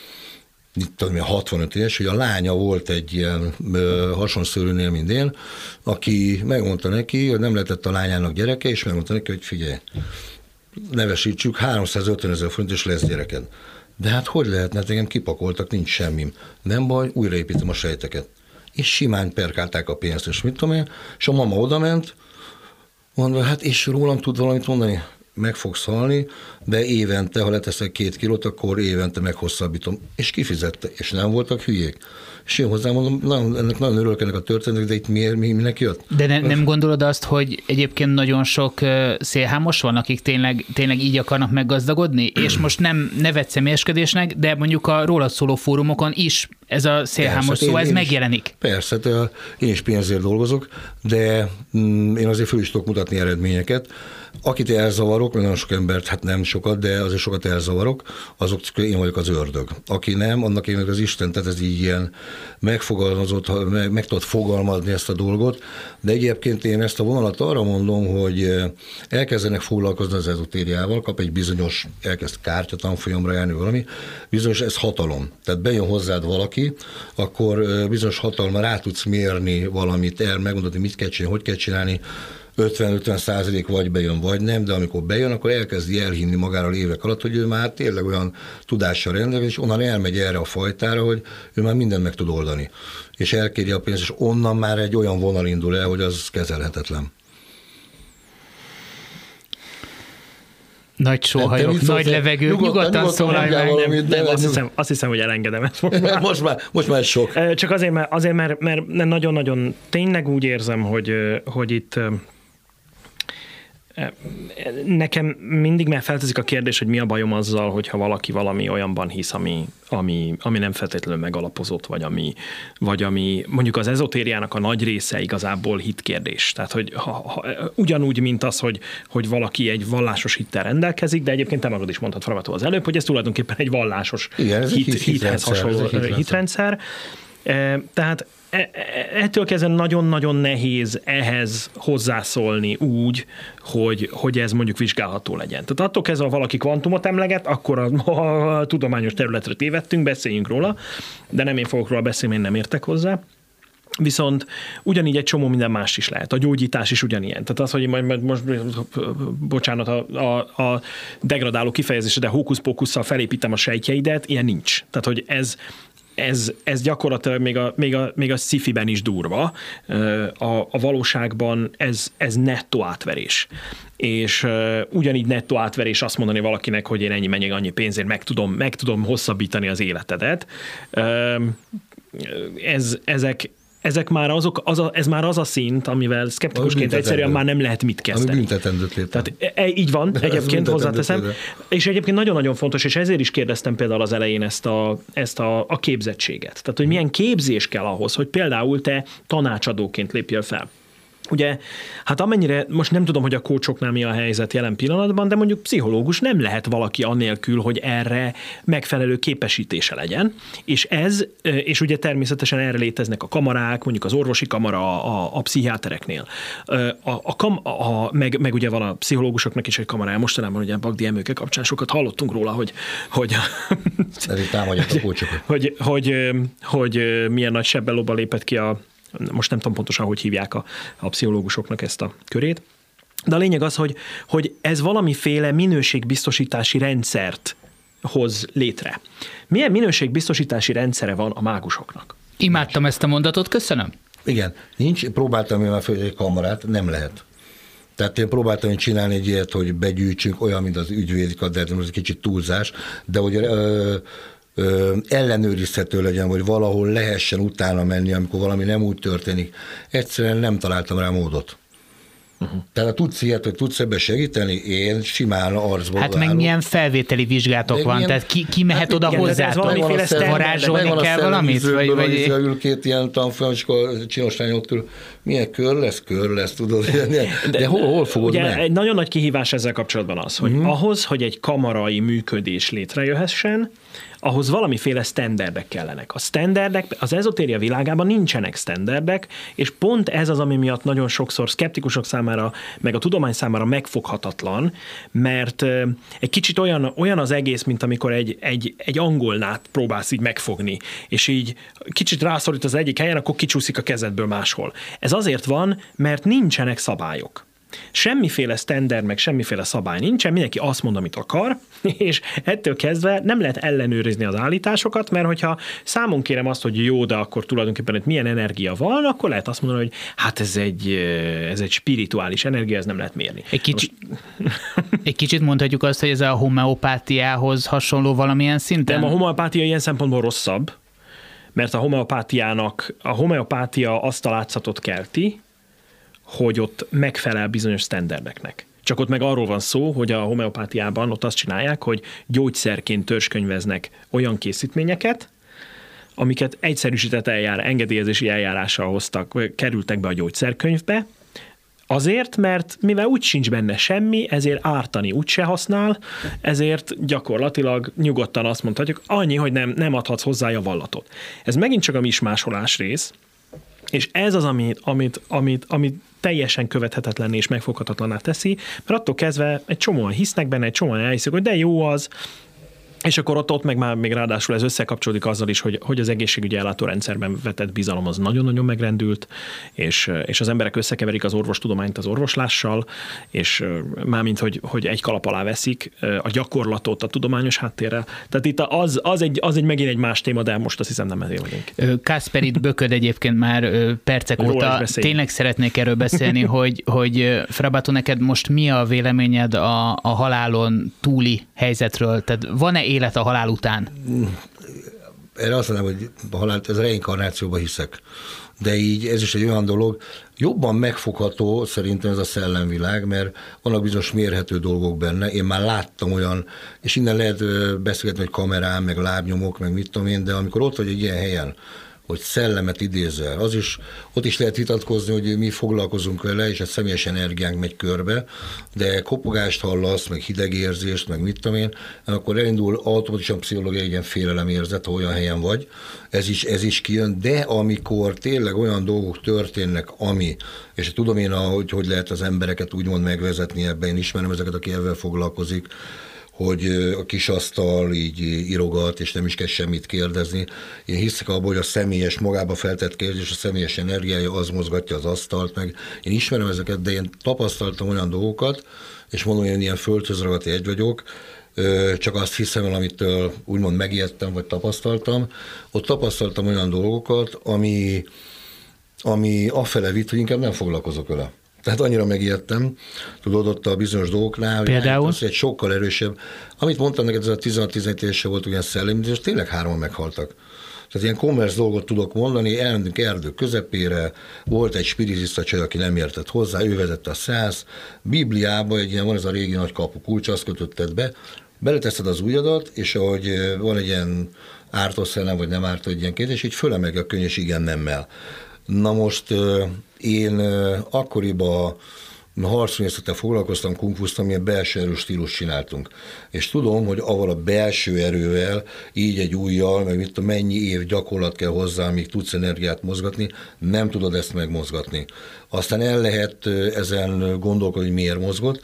itt tudom, 65 éves, hogy a lánya volt egy ilyen hasonszörűnél, mint én, aki megmondta neki, hogy nem lehetett a lányának gyereke, és megmondta neki, hogy figyelj, nevesítsük, 350 000 forint, és lesz gyereked. De hát hogy lehetne, engem kipakoltak, nincs semmim. Nem baj, újraépítem a sejteket. És simán perkálták a pénzt, és mit tudom én, és a mama odament, mondva, hát és rólam tud valamit mondani? Meg fogsz halni, de évente, ha leteszek 2 kilót, akkor évente meghosszabbítom. És kifizette, és nem voltak hülyék. És én hozzám mondom, ennek nagyon örülök ennek a történetnek, de itt minek jött? De nem gondolod azt, hogy egyébként nagyon sok szélhámos van, akik tényleg így akarnak meggazdagodni? És most nem neved személyeskedésnek, de mondjuk a rólad szóló fórumokon is ez a szélhámos szó, ez megjelenik. Persze, én is pénzért dolgozok, de én azért föl is tudok mutatni eredményeket. Akit elzavarok, nagyon sok embert, hát nem sokat, de azért sokat elzavarok, azok én vagyok az ördög. Aki nem, annak én meg az Isten, tehát ez így ilyen megfogalmazott, meg tudod fogalmazni ezt a dolgot, de egyébként én ezt a vonalat arra mondom, hogy elkezdenek foglalkozni az ezotériával, kap egy bizonyos, elkezd kártyatanfolyamra járni valami, bizonyos ez hatalom. Tehát bejön hozzád valaki, akkor bizonyos hatalma rá tudsz mérni valamit, megmondani, mit kell csinálni, hogy kell csinálni, 50-50% vagy bejön, vagy nem, de amikor bejön, akkor elkezdi elhinni magáról évek alatt, hogy ő már tényleg olyan tudással rendelkezik, és onnan elmegy erre a fajtára, hogy ő már mindent meg tud oldani. És elkéri a pénzt, és onnan már egy olyan vonal indul el, hogy az kezelhetetlen. Nagy sóhajok, nagy levegő, nyugodtan szólalj meg. Nem, azt hiszem, hogy elengedem ezt most már sok. Csak azért, mert nagyon-nagyon tényleg úgy érzem, hogy itt nekem mindig feltezik a kérdés, hogy mi a bajom azzal, hogyha valaki valami olyanban hisz, ami nem feltétlenül megalapozott, vagy ami mondjuk az ezotériának a nagy része igazából hitkérdés. Tehát, hogy ugyanúgy, mint az, hogy valaki egy vallásos hittel rendelkezik, de egyébként te magad is mondtad Fravató az előbb, hogy ez tulajdonképpen egy vallásos hithez hasonló hitrendszer. Tehát ettől kezdve nagyon-nagyon nehéz ehhez hozzászólni úgy, hogy ez mondjuk vizsgálható legyen. Tehát attól kezdve, ha valaki kvantumot emleget, akkor a tudományos területre tévedtünk, beszéljünk róla, de nem én fogok róla beszélni, én nem értek hozzá. Viszont ugyanígy egy csomó minden más is lehet. A gyógyítás is ugyanilyen. Tehát az, hogy most bocsánat, a degradáló kifejezésre, de hókusz-pókusszal felépítem a sejtjeidet, ilyen nincs. Tehát, hogy ez gyakorlatilag még a sci-fiben is durva. A valóságban ez nettó átverés. És ugyanígy nettó átverés azt mondani valakinek, hogy én annyi pénzért meg tudom hosszabbítani az életedet. Ezek már ez már az a szint, amivel szkeptikusként egyszerűen már nem lehet mit kezdeni. Ami büntetendőt lépve. Tehát így van, egyébként hozzáteszem. És egyébként nagyon-nagyon fontos, és ezért is kérdeztem például az elején ezt a képzettséget. Tehát, hogy milyen képzés kell ahhoz, hogy például te tanácsadóként lépjél fel. Ugye, hát amennyire, most nem tudom, hogy a coachoknál mi a helyzet jelen pillanatban, de mondjuk pszichológus nem lehet valaki anélkül, hogy erre megfelelő képesítése legyen, és ugye természetesen erre léteznek a kamarák, mondjuk az orvosi kamara a pszichiátereknél. Meg ugye van a pszichológusoknak is egy kamarája, mostanában ugye Bagdi Emőke kapcsán sokat hallottunk róla, hogy milyen nagy sebbel lóba lépett ki most nem tudom pontosan, hogy hívják a pszichológusoknak ezt a körét, de a lényeg az, hogy ez valamiféle minőségbiztosítási rendszert hoz létre. Milyen minőségbiztosítási rendszere van a mágusoknak? Imádtam ezt a mondatot, köszönöm. Igen, próbáltam én már föl egy kamarát, nem lehet. Tehát én próbáltam csinálni egy ilyet, hogy begyűjtsünk, olyan, mint az ügyvédikat, de ez egy kicsit túlzás, de hogy ellenőrizhető legyen, vagy valahol lehessen utána menni, amikor valami nem úgy történik. Egyszerűen nem találtam rá módot. Tehát tudsz ilyet, hogy tudsz ebbe segíteni, én simán arcból Hát meg milyen felvételi vizsgátok van, tehát ki mehet oda hozzátok? Varázsolni kell valamit? Vagy ül két ilyen tanfolyam, és akkor csinos lány ott ül, milyen kör lesz, tudod? De hol fogod ugye meg? Egy nagyon nagy kihívás ezzel kapcsolatban az, hogy ahhoz, hogy egy kamarai működés létrejöhessen, ahhoz valamiféle sztenderdek kellenek. A sztenderdek, az ezotéria világában nincsenek sztenderdek, és pont ez az, ami miatt nagyon sokszor szkeptikusok számára, meg a tudomány számára megfoghatatlan, mert egy kicsit olyan az egész, mint amikor egy angolnát próbálsz így megfogni, és így kicsit rászorít az egyik helyen, akkor kicsúszik a kezedből máshol. Ez azért van, mert nincsenek szabályok. Semmiféle standard, meg semmiféle szabály nincsen, mindenki azt mond, amit akar, és ettől kezdve nem lehet ellenőrizni az állításokat, mert hogyha számon kérem azt, hogy jó, de akkor tulajdonképpen itt milyen energia van, akkor lehet azt mondani, hogy hát ez egy spirituális energia, ez nem lehet mérni. Egy kicsit mondhatjuk azt, hogy ez a homeopátiához hasonló valamilyen szinten? Nem, a homeopátia ilyen szempontból rosszabb, mert a homeopátia azt a látszatot kelti, hogy ott megfelel bizonyos sztenderdeknek. Csak ott meg arról van szó, hogy a homeopátiában ott azt csinálják, hogy gyógyszerként törzskönyveznek olyan készítményeket, amiket egyszerűsített engedélyezési eljárással kerültek be a gyógyszerkönyvbe, azért, mert mivel úgy sincs benne semmi, ezért ártani úgyse használ, ezért gyakorlatilag nyugodtan azt mondhatjuk, annyi, hogy nem adhatsz hozzá javallatot. Ez megint csak a mismásolás rész, és ez az, amit teljesen követhetetlenné és megfoghatatlanná teszi, mert attól kezdve egy csomóan hisznek benne, egy csomóan elhiszik, hogy de jó az, és akkor ott meg már még ráadásul ez összekapcsolódik azzal is, hogy az egészségügyi ellátórendszerben vetett bizalom az nagyon-nagyon megrendült, és az emberek összekeverik az orvostudományt az orvoslással, és mármint, hogy egy kalap alá veszik a gyakorlatot a tudományos háttérrel. Tehát itt az egy megint egy más téma, de most azt hiszem nem ezért vagyunk. Kásper itt bököd egyébként már percek óta. Tényleg szeretnék erről beszélni, hogy Frabato, neked most mi a véleményed a halálon túli helyzetről? Tehát van-e élet a halál után? Erre azt mondom, hogy a halál, ez a reinkarnációban hiszek. De így ez is egy olyan dolog, jobban megfogható szerintem ez a szellemvilág, mert vannak bizonyos mérhető dolgok benne. Én már láttam olyan, és innen lehet beszélgetni, hogy kamerám, meg lábnyomok, meg mit tudom én, de amikor ott vagy egy ilyen helyen, hogy szellemet idézel, ott is lehet vitatkozni, hogy mi foglalkozunk vele, és a személyes energiánk megy körbe, de kopogást hallasz, meg hidegérzést, meg mit tudom én, akkor elindul automatikusan pszichológiai egy ilyen félelemérzet, ha olyan helyen vagy, ez is kijön, de amikor tényleg olyan dolgok történnek, és tudom én, hogy lehet az embereket úgymond megvezetni ebben, én ismerem ezeket, aki ebben foglalkozik, hogy a kis asztal így írogat, és nem is kell semmit kérdezni. Én hiszek abban, hogy a személyes, magába feltett kérdés, a személyes energiája az mozgatja az asztalt, meg én ismerem ezeket, de én tapasztaltam olyan dolgokat, és mondom, én ilyen földhöz ragadt egy vagyok, csak azt hiszem el, amitől úgymond megijedtem, vagy tapasztaltam. Ott tapasztaltam olyan dolgokat, ami afele vitt, hogy inkább nem foglalkozok vele. Tehát annyira megijedtem, tudod, ott a bizonyos dolgoknál, például? Hogy egy sokkal erősebb. Amit mondtam neked, ez a 16-17 évesen volt olyan szellemi, és tényleg 3-an meghaltak. Tehát ilyen kommersz dolgot tudok mondani, elmentünk erdő közepére, volt egy spiritista csaj, aki nem értett hozzá, ő vezette a 100, Bibliában egy ilyen, van ez a régi nagy kapu kulcs, azt kötötted be, beleteszed az ujjadat, és ahogy van egy ilyen ártó szellem, vagy nem ártó egy ilyen kérdés, így fölemeg a könyv, és igen, nemmel. Na most Én akkoriban harcművészettel foglalkoztam, kungfuztam, milyen belső erős stílus csináltunk. És tudom, hogy avval a belső erővel, így egy ujjal, meg mit tudom, mennyi év gyakorlat kell hozzá, amíg tudsz energiát mozgatni, nem tudod ezt megmozgatni. Aztán el lehet ezen gondolkodni, hogy miért mozgott,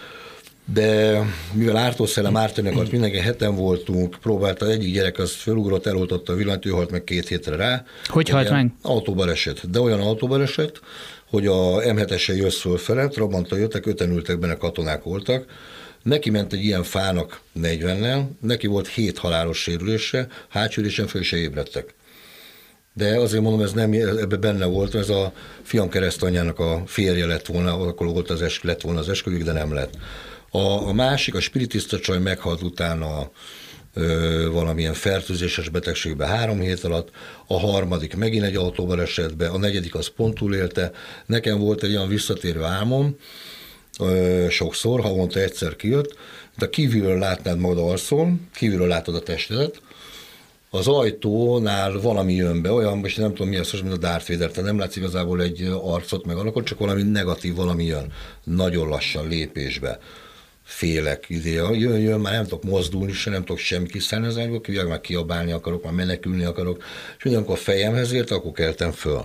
de mivel ártószellem ártani akart, mindenki heten voltunk, próbálta, egyik gyerek az felugrott, eloltotta a villanyt, ő halt meg 2 hétre rá. Hogy halt meg? Autóbaleset, de olyan autóbaleset, hogy a M7-esen jössz fölfele, Trabanttal jöttek, 5-en ültek benne, katonák voltak. Neki ment egy ilyen fának 40-nel, neki volt 7 halálos sérülése, hátsülésen föl se ébredtek. De azért mondom, ez nem, ebben benne volt, ez a fiam keresztanyjának a férje lett volna, akkor volt lett volna az esküvőjük, de nem lett. A másik, a spiritista csaj meghalt utána valamilyen fertőzéses betegségbe 3 hét alatt, a harmadik megint egy autóbalesetbe, a negyedik az pont túlélte. Nekem volt egy olyan visszatérő álmom, sokszor, havonta egyszer kijött, de kívülről látnád magad alszol, kívülről látod a testedet, az ajtónál valami jön be, olyan, most nem tudom mi az, mint a Darth Vader, te nem látsz igazából egy arcot meg alakot, csak valami negatív valami jön, nagyon lassan lépésbe. Félek, jön, már nem tudok mozdulni se, nem tudok semmi kiszállni az ágyból, már kiabálni akarok, már menekülni akarok, és ugyanakkor a fejemhez ért, akkor keltem föl.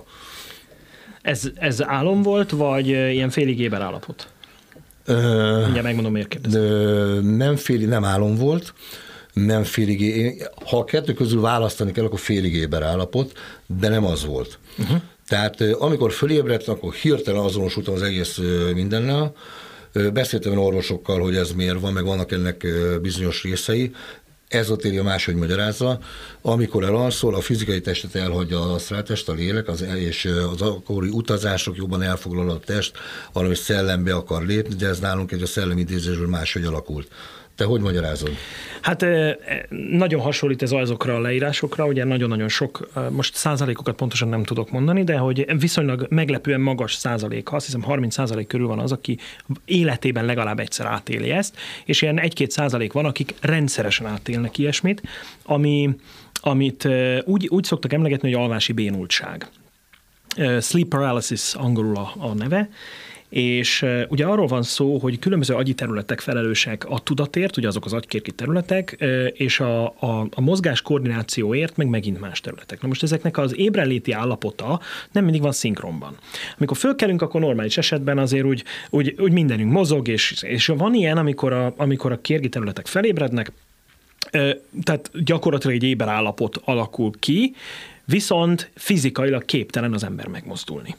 Ez álom volt, vagy ilyen félig éber állapot? Mindjárt megmondom, miért kérdezem. Nem álom volt, nem félig, ha a kettő közül választani kell, akkor félig éber állapot, de nem az volt. Uh-huh. Tehát amikor fölébredtem, akkor hirtelen azonosultam az egész mindennel. Beszéltem orvosokkal, hogy ez miért van, meg vannak ennek bizonyos részei. Ezotéria máshogy magyarázza. Amikor elalszol, a fizikai testet elhagyja a asztráltest, a lélek, és az akkori utazások jobban elfoglal a test, valami szellembe akar lépni, de ez nálunk egy a szellemi idézésből máshogy alakult. Te hogy magyarázod? Hát nagyon hasonlít ez azokra a leírásokra, ugye nagyon-nagyon sok, most százalékokat pontosan nem tudok mondani, de hogy viszonylag meglepően magas százalék, azt hiszem 30% körül van az, aki életében legalább egyszer átéli ezt, és ilyen 1-2% van, akik rendszeresen átélnek ilyesmit, amit úgy szoktak emlegetni, hogy alvási bénultság. Sleep paralysis angolul a neve, és ugye arról van szó, hogy különböző agyi területek felelősek a tudatért, ugye azok az agykérki területek, és a mozgás koordinációért meg megint más területek. Na most ezeknek az ébrenléti állapota nem mindig van szinkronban. Amikor fölkelünk, akkor normális esetben azért úgy mindenünk mozog, és van ilyen, amikor a kérgi területek felébrednek, tehát gyakorlatilag egy éber állapot alakul ki, viszont fizikailag képtelen az ember megmozdulni.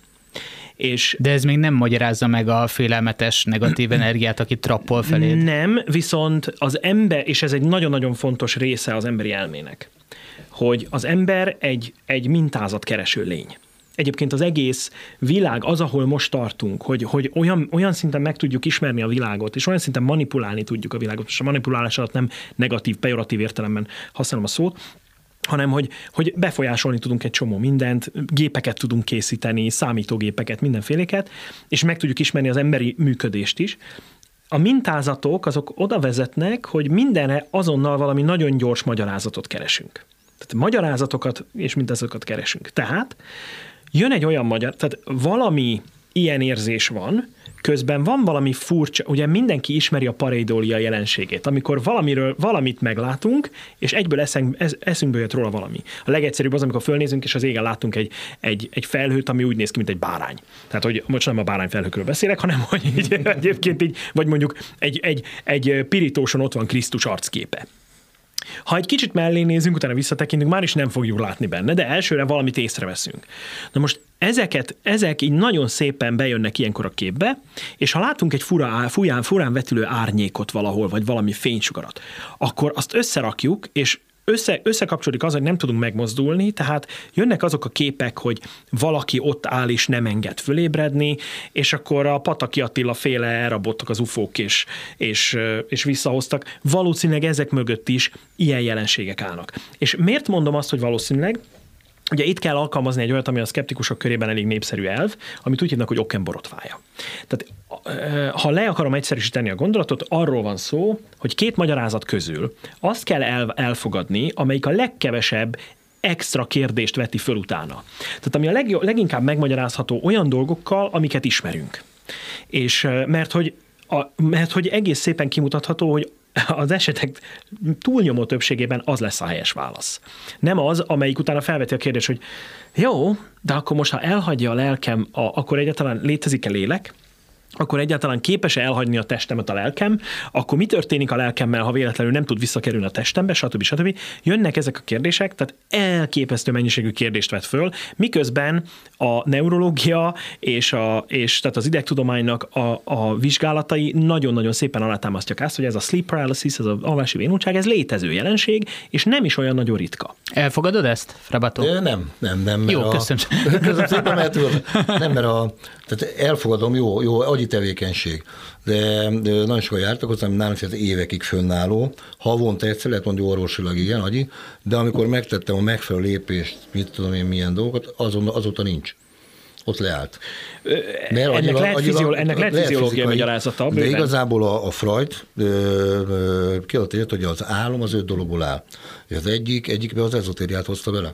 De ez még nem magyarázza meg a félelmetes negatív energiát, aki trappol feléd. Nem, viszont az ember, és ez egy nagyon-nagyon fontos része az emberi elmének, hogy az ember egy mintázatkereső lény. Egyébként az egész világ, az, ahol most tartunk, hogy olyan szinten meg tudjuk ismerni a világot, és olyan szinten manipulálni tudjuk a világot, és a manipulálás alatt nem negatív, pejoratív értelemben használom a szót, hanem hogy befolyásolni tudunk egy csomó mindent, gépeket tudunk készíteni, számítógépeket, mindenféléket, és meg tudjuk ismerni az emberi működést is. A mintázatok azok oda vezetnek, hogy mindenre azonnal valami nagyon gyors magyarázatot keresünk. Tehát magyarázatokat és mintázatokat keresünk. Tehát jön egy olyan tehát valami ilyen érzés van, közben van valami furcsa, ugye mindenki ismeri a pareidólia jelenségét, amikor valamit meglátunk, és egyből eszünkbe jött róla valami. A legegyszerűbb az, amikor fölnézünk, és az égen látunk egy felhőt, ami úgy néz ki, mint egy bárány. Tehát, hogy most nem a bárányfelhőkről beszélek, hanem, hogy így, egyébként így, vagy mondjuk egy pirítóson ott van Krisztus arcképe. Ha egy kicsit mellé nézünk, utána visszatekintünk, már is nem fogjuk látni benne, de elsőre valamit észreveszünk. Na most ezek így nagyon szépen bejönnek ilyenkor a képbe, és ha látunk egy furán vetülő árnyékot valahol, vagy valami fénysugarat, akkor azt összerakjuk, és összekapcsolódik az, hogy nem tudunk megmozdulni, tehát jönnek azok a képek, hogy valaki ott áll és nem enged fölébredni, és akkor a Pataki Attila féle elraboltak az ufók, és visszahoztak. Valószínűleg ezek mögött is ilyen jelenségek állnak. És miért mondom azt, hogy valószínűleg? Ugye itt kell alkalmazni egy olyat, ami a szkeptikusok körében elég népszerű elv, amit úgy hívnak, hogy okkenborotvája. Tehát ha le akarom egyszerűsíteni a gondolatot, arról van szó, hogy két magyarázat közül azt kell elfogadni, amelyik a legkevesebb extra kérdést veti föl utána. Tehát ami a leginkább megmagyarázható olyan dolgokkal, amiket ismerünk. És mert hogy egész szépen kimutatható, hogy az esetek túlnyomó többségében az lesz a helyes válasz. Nem az, amelyik utána felveti a kérdés, hogy jó, de akkor most, ha elhagyja a lelkem, akkor egyáltalán létezik-e lélek? Akkor egyáltalán képes-e elhagyni a testemet a lelkem, akkor mi történik a lelkemmel, ha véletlenül nem tud visszakerülni a testembe, stb. Jönnek ezek a kérdések, tehát elképesztő mennyiségű kérdést vet föl, miközben a neurológia és tehát az idegtudománynak a vizsgálatai nagyon-nagyon szépen alátámasztják azt, hogy ez a sleep paralysis, ez az alvási bénultság, ez létező jelenség, és nem is olyan nagyon ritka. Elfogadod ezt, Frabató? Nem. Jó, köszönöm. Köszönöm szépen, mert tehát elfogadom, jó, agyi tevékenység, de nagyon sokan jártak hozzám, nálam évekig fönnálló, havonta egyszer, lehet mondani orvosilag igen, agyi, de amikor megtettem a megfelelő lépést, mit tudom én milyen dolgokat, azóta nincs. Ott leállt. Ennek lehet fiziológiai magyarázata. De igazából a Freud kiadott ilyet, hogy az álom az 5 dologból áll. És az egyikbe az ezotériát hozta bele.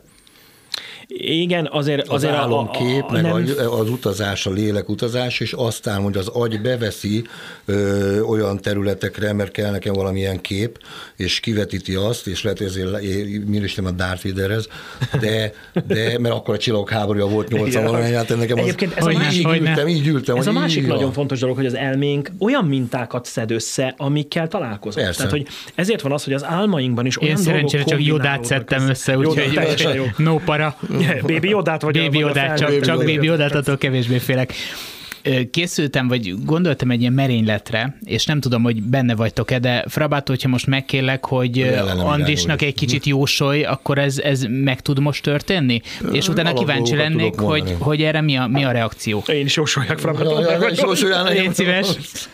Igen, azért az álomkép, meg az utazás, a lélek utazás, és aztán, hogy az agy beveszi olyan területekre, mert kell nekem valamilyen kép, és kivetíti azt, és lehet, hogy ezért minősítem a Darth Vaderhez, de mert akkor a Csillagok háborúja volt 80-ban, hát nekem egyébként így ültem. Ez a másik nagyon fontos dolog, hogy az elménk olyan mintákat szed össze, amikkel találkozunk. Persze. Tehát, hogy ezért van az, hogy az álmaink is olyan dolgok szerencsére csak Jodát szedtem össze, úgyhogy no para. Baby Jodát vagy Baby Jodát, csak Baby Jodát, attól kevésbé félek. Készültem, vagy gondoltam egy ilyen merényletre, és nem tudom, hogy benne vagytok-e, de Frabató, hogyha most megkérlek, hogy Andrisnak egy kicsit jósolj, akkor ez meg tud most történni? És utána kíváncsi lennék, hogy erre mi a reakció. Én is jósoljak, Frabató. Légy szíves.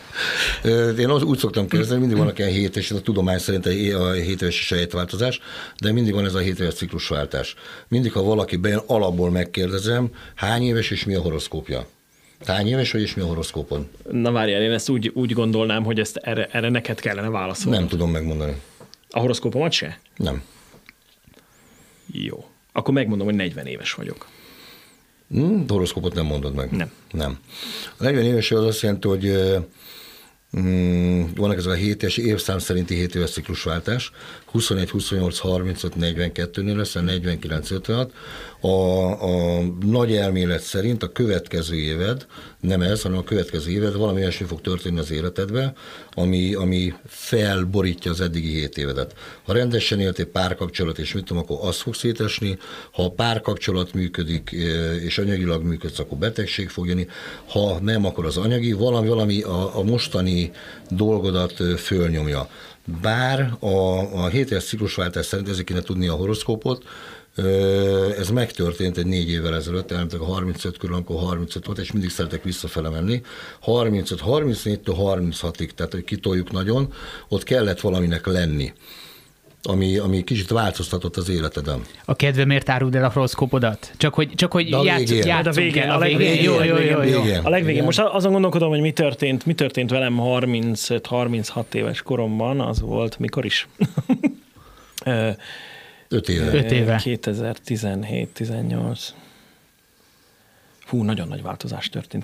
Én úgy szoktam kezdeni, mindig vannak ilyen 7 éves, a tudomány szerint a 7 éves sejtváltozás, de mindig van ez a 7 éves ciklusváltás. Mindig, ha valaki bejön, alapból megkérdezem, hány éves és mi a horoszkópja? Hány éves vagy és mi a horoszkópon? Na várjál, én ezt úgy gondolnám, hogy ezt erre neked kellene válaszolni. Nem tudom megmondani. A horoszkópomat se? Nem. Jó. Akkor megmondom, hogy 40 éves vagyok. Horoszkópot nem mondod meg? Nem. A 40 éves az azt jelenti, hogy vannak ezek a 7 éves évszám szerinti 7 éves ciklusváltás, 21, 28, 35, 42-nél lesz, a 49, 56. A nagy elmélet szerint a következő éved, nem ez, hanem a következő éved valami olyasmi fog történni az életedben, ami felborítja az eddigi 7 évedet. Ha rendesen éltél párkapcsolat, és mit tudom, akkor az fog szétesni, ha a párkapcsolat működik, és anyagilag működsz, akkor betegség fog jönni, ha nem, akkor az anyagi, valami a mostani dolgodat fölnyomja. Bár a 7 éves ciklusváltás szerint ezért kéne tudni a horoszkópot, ez megtörtént egy 4 évvel ezelőtt, elmentek a 35 körül, amikor 35 volt, és mindig szeretek visszafele menni. 35, 34-től 36-ig, tehát hogy kitoljuk nagyon, ott kellett valaminek lenni, ami kicsit változtatott az életeden. A kedvemért áruld el a horoszkópodat? Csak hogy játszunk el. A végén. Jó. A legvégén. Igen. Most azon gondolkodom, hogy mi történt velem 35-36 éves koromban, az volt mikor is? 5 éve. 5 éve. 2017-18. Hú, nagyon nagy változás történt.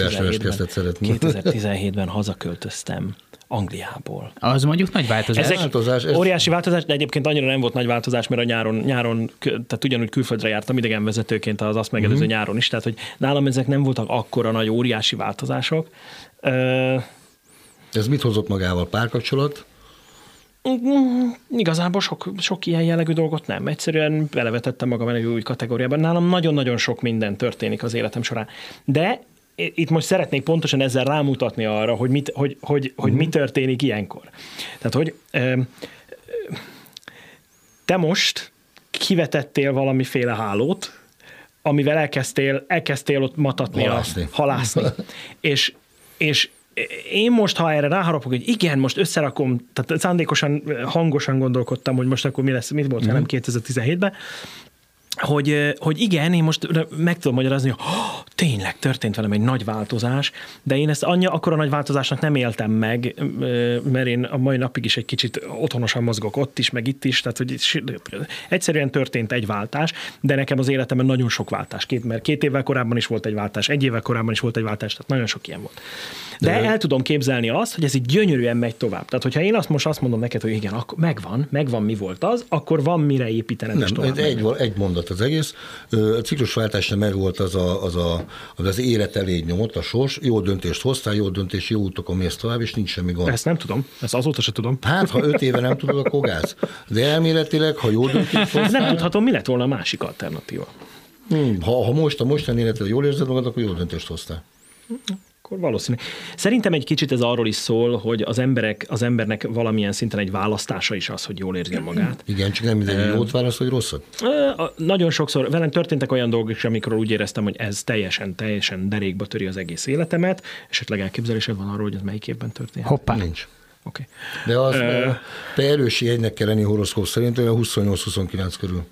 2017-ben hazaköltöztem Angliából. Az mondjuk nagy változás. Óriási változás, de egyébként annyira nem volt nagy változás, mert a nyáron tehát ugyanúgy külföldre jártam idegenvezetőként az azt megelőző nyáron is, tehát hogy nálam ezek nem voltak akkora nagy óriási változások. Ez mit hozott magával? Párkapcsolat? Igazából sok ilyen jellegű dolgot nem. Egyszerűen belevetettem magam egy új kategóriában. Nálam nagyon-nagyon sok minden történik az életem során. De itt most szeretnék pontosan ezzel rámutatni arra, hogy mi történik ilyenkor. Tehát, hogy te most kivetettél valamiféle hálót, amivel elkezdtél ott matatni, halászni. És én most, ha erre ráharapok, hogy igen, most összerakom, tehát szándékosan, hangosan gondolkodtam, hogy most akkor mit volt velem 2017-ben, hogy igen, én most meg tudom magyarázni, hogy tényleg történt velem egy nagy változás, de én ezt akkora nagy változásnak nem éltem meg, mert én a mai napig is egy kicsit otthonosan mozgok ott is, meg itt is, tehát hogy egyszerűen történt egy váltás, de nekem az életemben nagyon sok váltás, mert 2 évvel korábban is volt egy váltás, 1 évvel korábban is volt egy váltás, tehát nagyon sok ilyen volt. De el tudom képzelni azt, hogy ez így gyönyörűen megy tovább. Tehát, hogyha én azt mondom neked, hogy igen, akkor megvan mi volt az, akkor van mire építened. Nem, egy mondat az egész. A ciklusváltásnál meg volt az élet elég nyomott, a sors, jó döntést hoztál, jó döntés, jó útokon mész tovább, és nincs semmi gond. Ezt nem tudom, ezt azóta se tudom. Hát, ha 5 éve nem tudod, akkor gáz. De elméletileg, ha jó döntést hoztál... Nem tudhatom, mi lett volna a másik alternatíva. Ha most a mostani életed jól érzed magad, akkor jó döntést hoztál. Akkor valószínű. Szerintem egy kicsit ez arról is szól, hogy az embernek valamilyen szinten egy választása is az, hogy jól érzi magát. Igen, csak nem minden jót választ, vagy rosszat? Nagyon sokszor velem történtek olyan dolgok is, amikor úgy éreztem, hogy ez teljesen derékba töri az egész életemet. Esetleg elképzelésed van arról, hogy ez melyik évben történt? Hoppá. Nincs. Okay. De az te erősi jegynek kell lenni horoszkóp szerint, olyan 28-29 körül.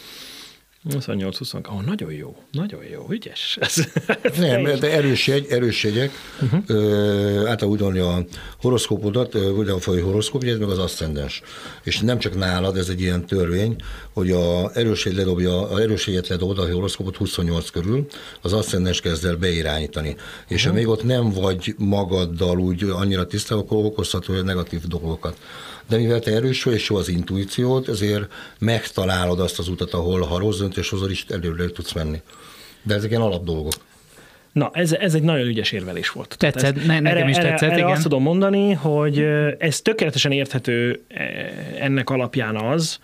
28-20, nagyon jó, ügyes. Nem, de erős jegyek, általában úgy van, a horoszkópodat, ugyan a horoszkóp, meg az aszcendens. És nem csak nálad, ez egy ilyen törvény, hogy a erős jegyet ledobod a horoszkópot 28 körül, az aszcendens kezd el beirányítani. És ha még ott nem vagy magaddal úgy annyira tisztában, akkor okozható negatív dolgokat. De mivel te erős vagy, és jó az intuíciód, ezért megtalálod azt az utat, ahol ha rossz döntés hozol, is előre tudsz menni. De ezek ilyen alapdolgok. Na, ez egy nagyon ügyes érvelés volt. Tetszett, nekem is tetszett, igen. igen. Azt tudom mondani, hogy ez tökéletesen érthető ennek alapján az,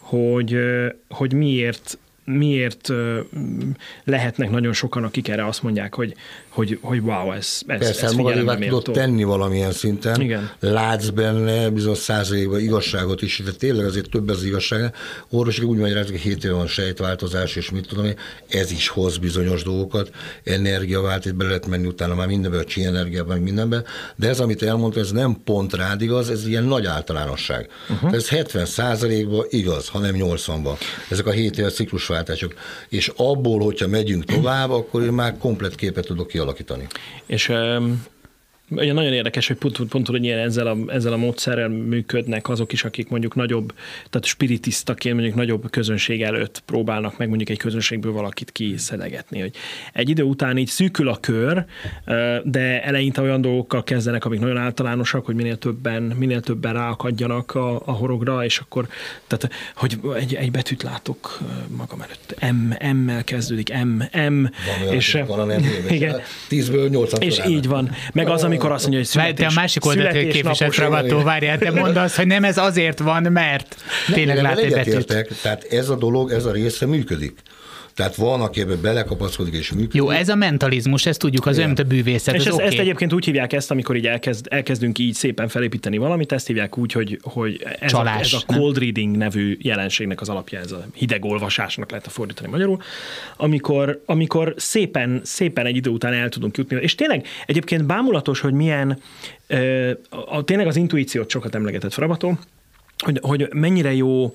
hogy miért lehetnek nagyon sokan, akik erre azt mondják, hogy wow, ez persze, magadévá tudod tenni valamilyen szinten, igen. Látsz benne bizonyos százalékban igazságot is, de tényleg azért több az igazság. Orvosok úgy mondják, hogy 7 éve van sejtváltozás, és mit tudom én, ez is hoz bizonyos dolgokat, energiavált, be lehet menni utána már mindenben, a chi energiában, mindenben, de ez, amit elmondtam, ez nem pont rád igaz, ez ilyen nagy általánosság. Ez 70%-ban igaz, hanem 80-ban. Ezek a 7 éves ciklusváltások. És abból, hogyha megyünk tovább, akkor én már komplett képet tudok kialakítani. És ugye nagyon érdekes, hogy pont hogy ilyen ezzel a módszerrel működnek azok is, akik mondjuk nagyobb, tehát spiritisztaként mondjuk nagyobb közönség előtt próbálnak meg mondjuk egy közönségből valakit kiszedegetni. Hogy egy idő után így szűkül a kör, de eleinte olyan dolgokkal kezdenek, amik nagyon általánosak, hogy minél többen ráakadjanak a horogra, és akkor, tehát, hogy egy betűt látok magam előtt. M-mel kezdődik, M. És van a nevében. 10-ből 8 és így van. Meg az, amikor azt mondja, hogy te a másik oldalt képviselt Rabató, várjál, te mondd azt, hogy nem ez azért van, mert tényleg lát egy betűt. Tehát ez a dolog, ez a része működik. Tehát van, aki ebbe belekapaszkodik és működik. Jó, ez a mentalizmus, ezt tudjuk, az olyan, mint a bűvészet. És ezt egyébként úgy hívják ezt, amikor így elkezdünk így szépen felépíteni valamit, ezt hívják úgy, hogy ez a cold reading nevű jelenségnek az alapja, ez a hideg olvasásnak lehet fordítani magyarul, amikor szépen egy idő után el tudunk jutni. És tényleg egyébként bámulatos, hogy milyen, tényleg az intuíciót sokat emlegetett Rabató, hogy mennyire jó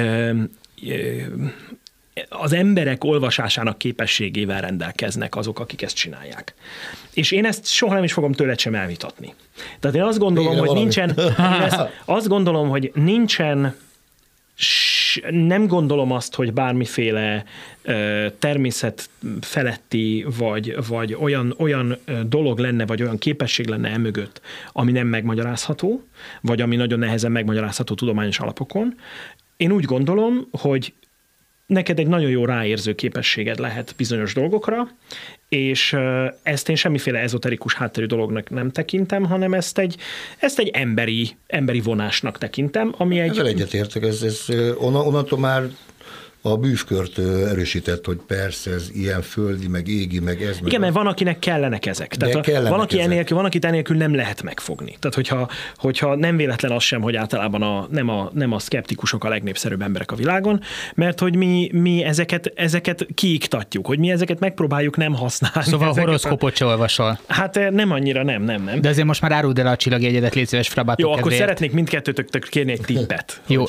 az emberek olvasásának képességével rendelkeznek azok, akik ezt csinálják. És én ezt soha nem is fogom tőled sem elvitatni. Tehát én azt gondolom, hogy nincsen, nem gondolom azt, hogy bármiféle természet feletti, vagy olyan dolog lenne, vagy olyan képesség lenne emögött, ami nem megmagyarázható, vagy ami nagyon nehezen megmagyarázható tudományos alapokon. Én úgy gondolom, hogy neked egy nagyon jó ráérző képességed lehet bizonyos dolgokra, és ezt én semmiféle ezoterikus hátterű dolognak nem tekintem, hanem ezt egy emberi vonásnak tekintem, ami egy... Ezzel egyetértek, ez onnantól már a bűvkört erősített, hogy persze ez ilyen földi, meg égi, meg ez. Igen, mert van, akinek kellenek ezek. Tehát van, akit enélkül nem lehet megfogni. Tehát hogyha nem véletlen az sem, hogy általában nem a szkeptikusok a legnépszerűbb emberek a világon, mert hogy mi ezeket kiiktatjuk, hogy mi ezeket megpróbáljuk nem használni. Szóval a horoszkópot se olvasol. Hát nem annyira, nem. De azért most már áruld el a csillagjegyedet, légy szíves, Frabató. Jó, akkor szeretnék mindkettőtöktől kérni egy tippet. Jó,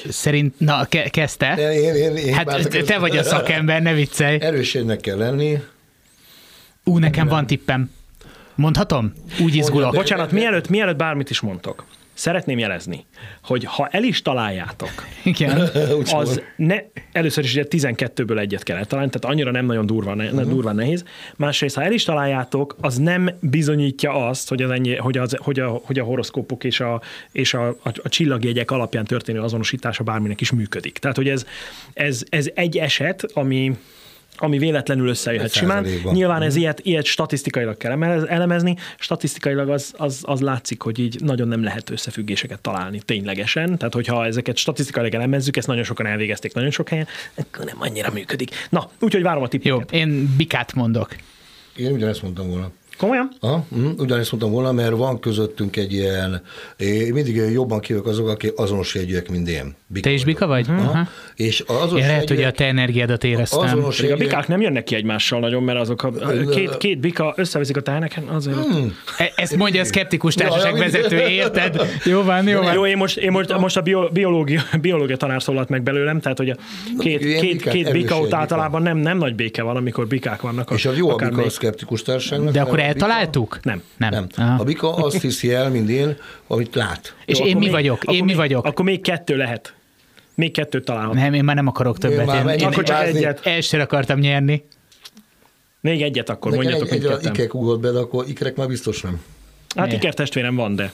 kezdte? Én Hát te vagy a szakember, ne viccelj. Erősségnek kell lenni. Nekem van tippem. Mondhatom? Úgy izgulok. Bocsánat, mielőtt bármit is mondtok, szeretném jelezni, hogy ha el is találjátok, igen. az először is ugye 12-ből egyet kell találni, tehát annyira nem nagyon durva nehéz. Másrészt, ha el is találjátok, az nem bizonyítja azt, hogy a horoszkópok és a csillagjegyek alapján történő azonosítása bárminek is működik. Tehát, hogy ez egy eset, ami véletlenül összejöhet simán. Nyilván ez ilyet statisztikailag kell elemezni. Statisztikailag az látszik, hogy így nagyon nem lehet összefüggéseket találni ténylegesen. Tehát, hogyha ezeket statisztikailag elemezzük, ezt nagyon sokan elvégezték nagyon sok helyen, akkor nem annyira működik. Na, úgyhogy várom a tippeket. Jó, én bikát mondok. Én ugyanezt mondtam volna. Komolyan? Ugyanezt mondtam volna, mert van közöttünk egy ilyen, én mindig jobban kívülök azok, akik azonos jegyűek, mint én. Te is bika vagy? És azonos lehet, hogy a te energiádat éreztem. A bikák nem jönnek ki egymással nagyon, mert azok két bika összeveszik a teheneken, azért. Ezt mondja a szkeptikus társaság vezető, érted? Jó van. Jó, én most a biológia tanár szólalt meg belőlem, tehát hogy a két bika ott általában nem nagy béke van, amikor bikák vannak. És jó a bika a szkeptikus társaságnak. De akkor eltaláltuk? Nem. A bika azt hiszi el, mint én, amit lát. És én mi vagyok? Akkor még 2 lehet. Még 2 találhat. Nem, én már nem akarok többet. Akkor csak egyet. Elsőre akartam nyerni. Még egyet akkor, mondjatok mindketten. Nekem Ikrek ugrott be, de akkor Ikrek már biztos nem. Hát Iker testvérem van, de.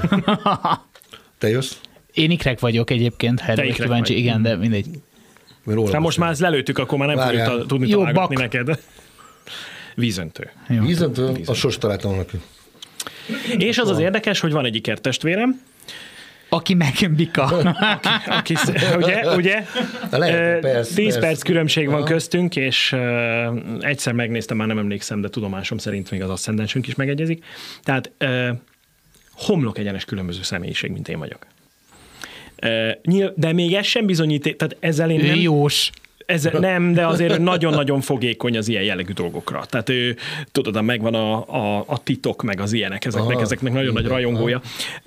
Te jössz? Én Ikrek vagyok egyébként, ha kíváncsi, igen, de mindegy. Hát most már ezt lelőttük, akkor már nem fogjuk tudni találgatni neked. Vízöntő. Vízöntő, azt sosem találtam neki. És az érdekes, hogy van egy ikertestvérem, aki meg bika. Ugye? 10 perc különbség van köztünk, és egyszer megnéztem, már nem emlékszem, de tudomásom szerint még az aszcendensünk is megegyezik. Tehát homlok egyenes különböző személyiség, mint én vagyok. De még ez sem bizonyít, tehát ezzel én nem... Jós. Nem, de azért nagyon-nagyon fogékony az ilyen jellegű dolgokra. Tehát ő, tudod, megvan a titok, meg az ilyenek, ezeknek nagyon nagy rajongója.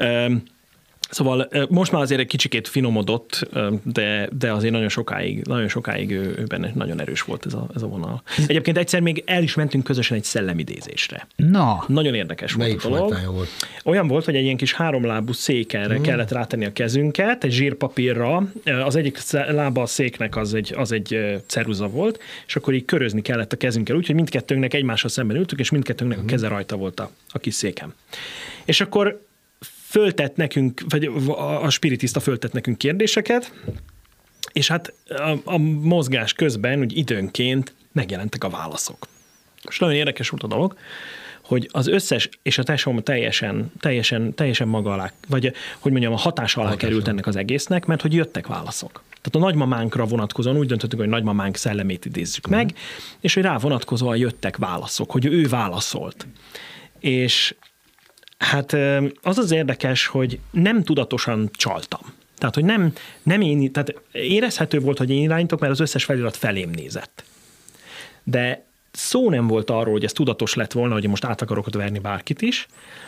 Szóval most már azért egy kicsikét finomodott, de azért nagyon sokáig ő benne nagyon erős volt ez a vonal. Egyébként egyszer még el is mentünk közösen egy szellemidézésre. Na. Nagyon érdekes volt a dolog. Volt? Olyan volt, hogy egy ilyen kis 3 lábú székenre kellett rátenni a kezünket, egy zsírpapírra. Az egyik lába a széknek az egy ceruza volt, és akkor így körözni kellett a kezünkkel, úgyhogy mindkettőnknek egymással szemben ültük, és mindkettőnknek a keze rajta volt a kis széken. És akkor föltett nekünk, vagy a spiritista föltett nekünk kérdéseket, és hát a mozgás közben úgy időnként megjelentek a válaszok. És nagyon érdekes volt a dolog, hogy az összes, és a tesóm teljesen maga alá, vagy hogy mondjam, a hatás alá került ennek az egésznek, mert hogy jöttek válaszok. Tehát a nagymamánkra vonatkozóan úgy döntöttünk, hogy nagymamánk szellemét idézzük meg, és hogy rá vonatkozóan jöttek válaszok, hogy ő válaszolt. És hát az érdekes, hogy nem tudatosan csaltam. Tehát, hogy nem én, tehát érezhető volt, hogy én irányítok, mert az összes felirat felém nézett. De szó nem volt arról, hogy ez tudatos lett volna, hogy most át akarok verni bárkit is,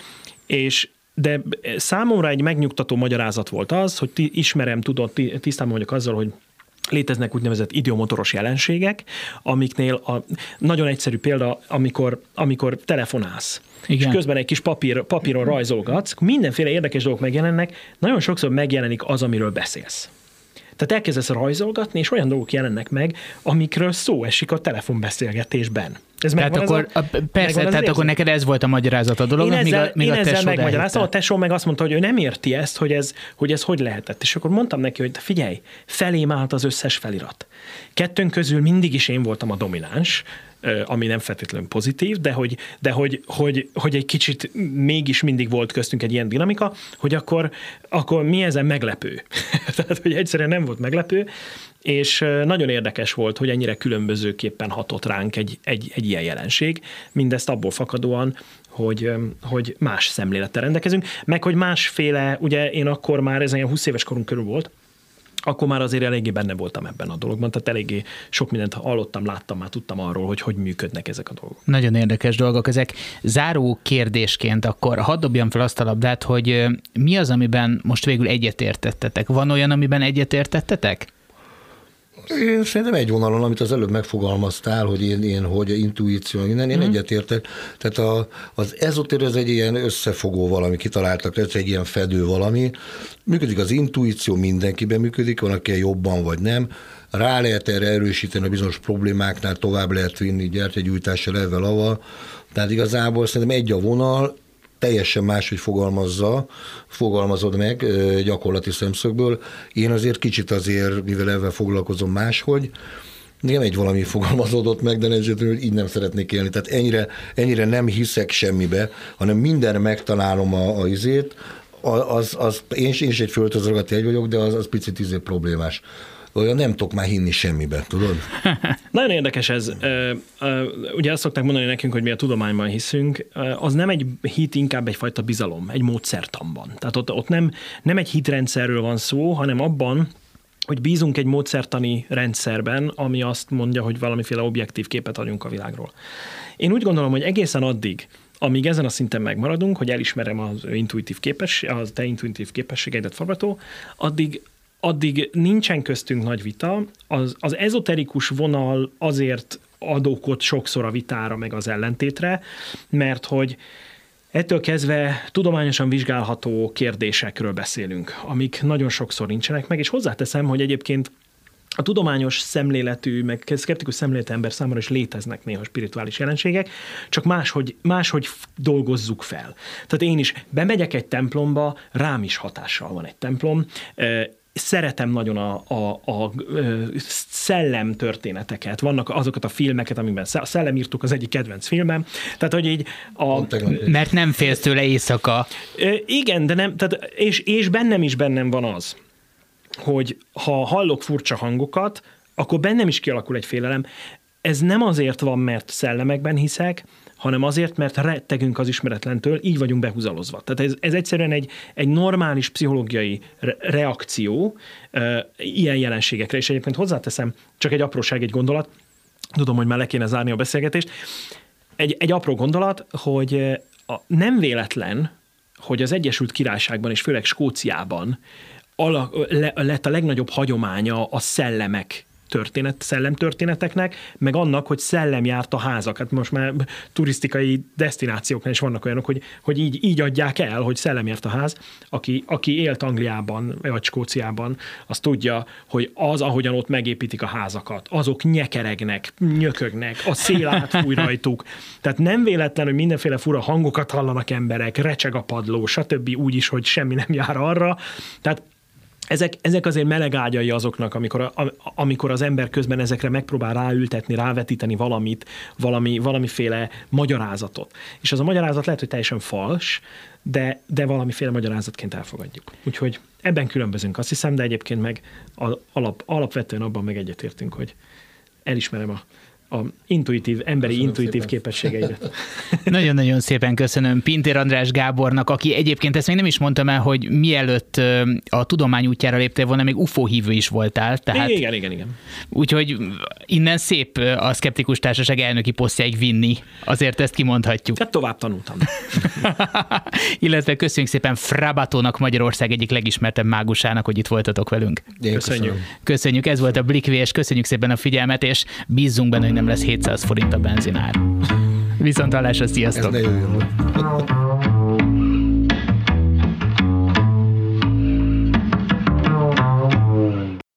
de számomra egy megnyugtató magyarázat volt az, hogy tisztában vagyok azzal, hogy léteznek úgynevezett idiomotoros jelenségek, amiknél nagyon egyszerű példa, amikor telefonálsz, igen. És közben egy kis papíron rajzolgatsz, mindenféle érdekes dolgok megjelennek, nagyon sokszor megjelenik az, amiről beszélsz. Tehát elkezdesz rajzolgatni, és olyan dolgok jelennek meg, amikről szó esik a telefonbeszélgetésben. Ez tehát akkor, persze, tehát akkor neked ez volt a magyarázat a dolognak, én ezzel megmagyaráztam, a tesó meg azt mondta, hogy ő nem érti ezt, hogy ez hogy lehetett. És akkor mondtam neki, hogy figyelj, felém állt az összes felirat. Kettőnk közül mindig is én voltam a domináns, ami nem feltétlenül pozitív, de hogy egy kicsit mégis mindig volt köztünk egy ilyen dinamika, hogy akkor mi ezen meglepő. Tehát, hogy egyszerűen nem volt meglepő, és nagyon érdekes volt, hogy ennyire különbözőképpen hatott ránk egy ilyen jelenség, mindezt abból fakadóan, hogy más szemlélettel rendelkezünk, meg hogy másféle, ugye én akkor már, ez ilyen 20 éves korunk körül volt, akkor már azért eléggé benne voltam ebben a dologban, tehát eléggé sok mindent hallottam, láttam, már tudtam arról, hogy működnek ezek a dolgok. Nagyon érdekes dolgok ezek. Záró kérdésként akkor hadd dobjam fel azt a labdát, hogy mi az, amiben most végül egyetértettetek? Van olyan, amiben egyetértettetek? Én szerintem egy vonalon, amit az előbb megfogalmaztál, hogy én hogy intuíció, minden, én egyetértek. Tehát az ezotér ez egy ilyen összefogó valami, kitaláltak, ez egy ilyen fedő valami. Működik az intuíció, mindenkiben működik, van, aki jobban vagy nem. Rá lehet erre erősíteni a bizonyos problémáknál, tovább lehet vinni gyertyagyújtással, ezzel, avval. Tehát igazából szerintem egy a vonal, teljesen máshogy fogalmazod meg gyakorlati szemszögből. Én azért kicsit azért, mivel ezzel foglalkozom máshogy, nekem egy valami fogalmazódott meg, de nem hogy így nem szeretnék élni. Tehát ennyire nem hiszek semmibe, hanem mindenre megtalálom a izét. Én is egy földhöz egy vagyok, de az picit problémás. Olyan nem tudok már hinni semmibe, tudod? Nagyon érdekes ez. Ugye azt szokták mondani nekünk, hogy mi a tudományban hiszünk, az nem egy hit, inkább egyfajta bizalom, egy módszertanban. Tehát ott nem egy hitrendszerről van szó, hanem abban, hogy bízunk egy módszertani rendszerben, ami azt mondja, hogy valamiféle objektív képet adjunk a világról. Én úgy gondolom, hogy egészen addig, amíg ezen a szinten megmaradunk, hogy elismerem az te intuitív képességeidet, Forgató, addig nincsen köztünk nagy vita, az ezoterikus vonal azért ad okot sokszor a vitára, meg az ellentétre, mert hogy ettől kezdve tudományosan vizsgálható kérdésekről beszélünk, amik nagyon sokszor nincsenek meg, és hozzáteszem, hogy egyébként a tudományos szemléletű, meg szkeptikus szemléletű ember számára is léteznek néha spirituális jelenségek, csak máshogy dolgozzuk fel. Tehát én is bemegyek egy templomba, rám is hatással van egy templom, szeretem nagyon a szellem történeteket, vannak azokat a filmeket, amikben a Szellemírtók az egyik kedvenc filmem, tehát hogy így Mert nem félsz tőle éjszaka. Igen, de nem, tehát, és bennem van az, hogy ha hallok furcsa hangokat, akkor bennem is kialakul egy félelem. Ez nem azért van, mert szellemekben hiszek, hanem azért, mert rettegünk az ismeretlentől, így vagyunk behúzalozva. Tehát ez egyszerűen egy normális pszichológiai reakció ilyen jelenségekre, és egyébként hozzáteszem, csak egy apróság, egy gondolat, tudom, hogy már le kéne zárni a beszélgetést, egy apró gondolat, hogy nem véletlen, hogy az Egyesült Királyságban és főleg Skóciában lett a legnagyobb hagyománya a szellemtörténeteknek, meg annak, hogy szellem járt a házak. Hát most már turisztikai desztinációknál is vannak olyanok, hogy így adják el, hogy szellem járt a ház. Aki élt Angliában vagy Skóciában, az tudja, hogy az, ahogyan ott megépítik a házakat, azok nyekeregnek, nyökögnek, a szél átfúj rajtuk. Tehát nem véletlen, hogy mindenféle fura hangokat hallanak emberek, recseg a padló, stb. Úgy is, hogy semmi nem jár arra. Tehát ezek azért meleg ágyai azoknak, amikor az ember közben ezekre megpróbál ráültetni, rávetíteni valamiféle magyarázatot. És az a magyarázat lehet, hogy teljesen fals, de valamiféle magyarázatként elfogadjuk. Úgyhogy ebben különbözünk, azt hiszem, de egyébként meg alapvetően abban meg egyetértünk, hogy elismerem a emberi intuitív képességeidet. Nagyon-nagyon szépen köszönöm Pintér András Gábornak, aki egyébként ezt még nem is mondtam el, hogy mielőtt a tudomány útjára léptél volna, még UFO hívő is voltál. Tehát, igen. Úgyhogy innen szép a Szkeptikus Társaság elnöki posztjáig vinni. Azért ezt kimondhatjuk. Hát tovább tanultam. Illetve köszönjük szépen Frabatónak, Magyarország egyik legismertebb mágusának, hogy itt voltatok velünk. Köszönjük. Ez volt a Blik VS, köszönjük szépen a figyelmet, és bízzunk benne, hogy nem lesz 700 forint a benzinár. Viszonthallásra, sziasztok! Ez ne jöjjön.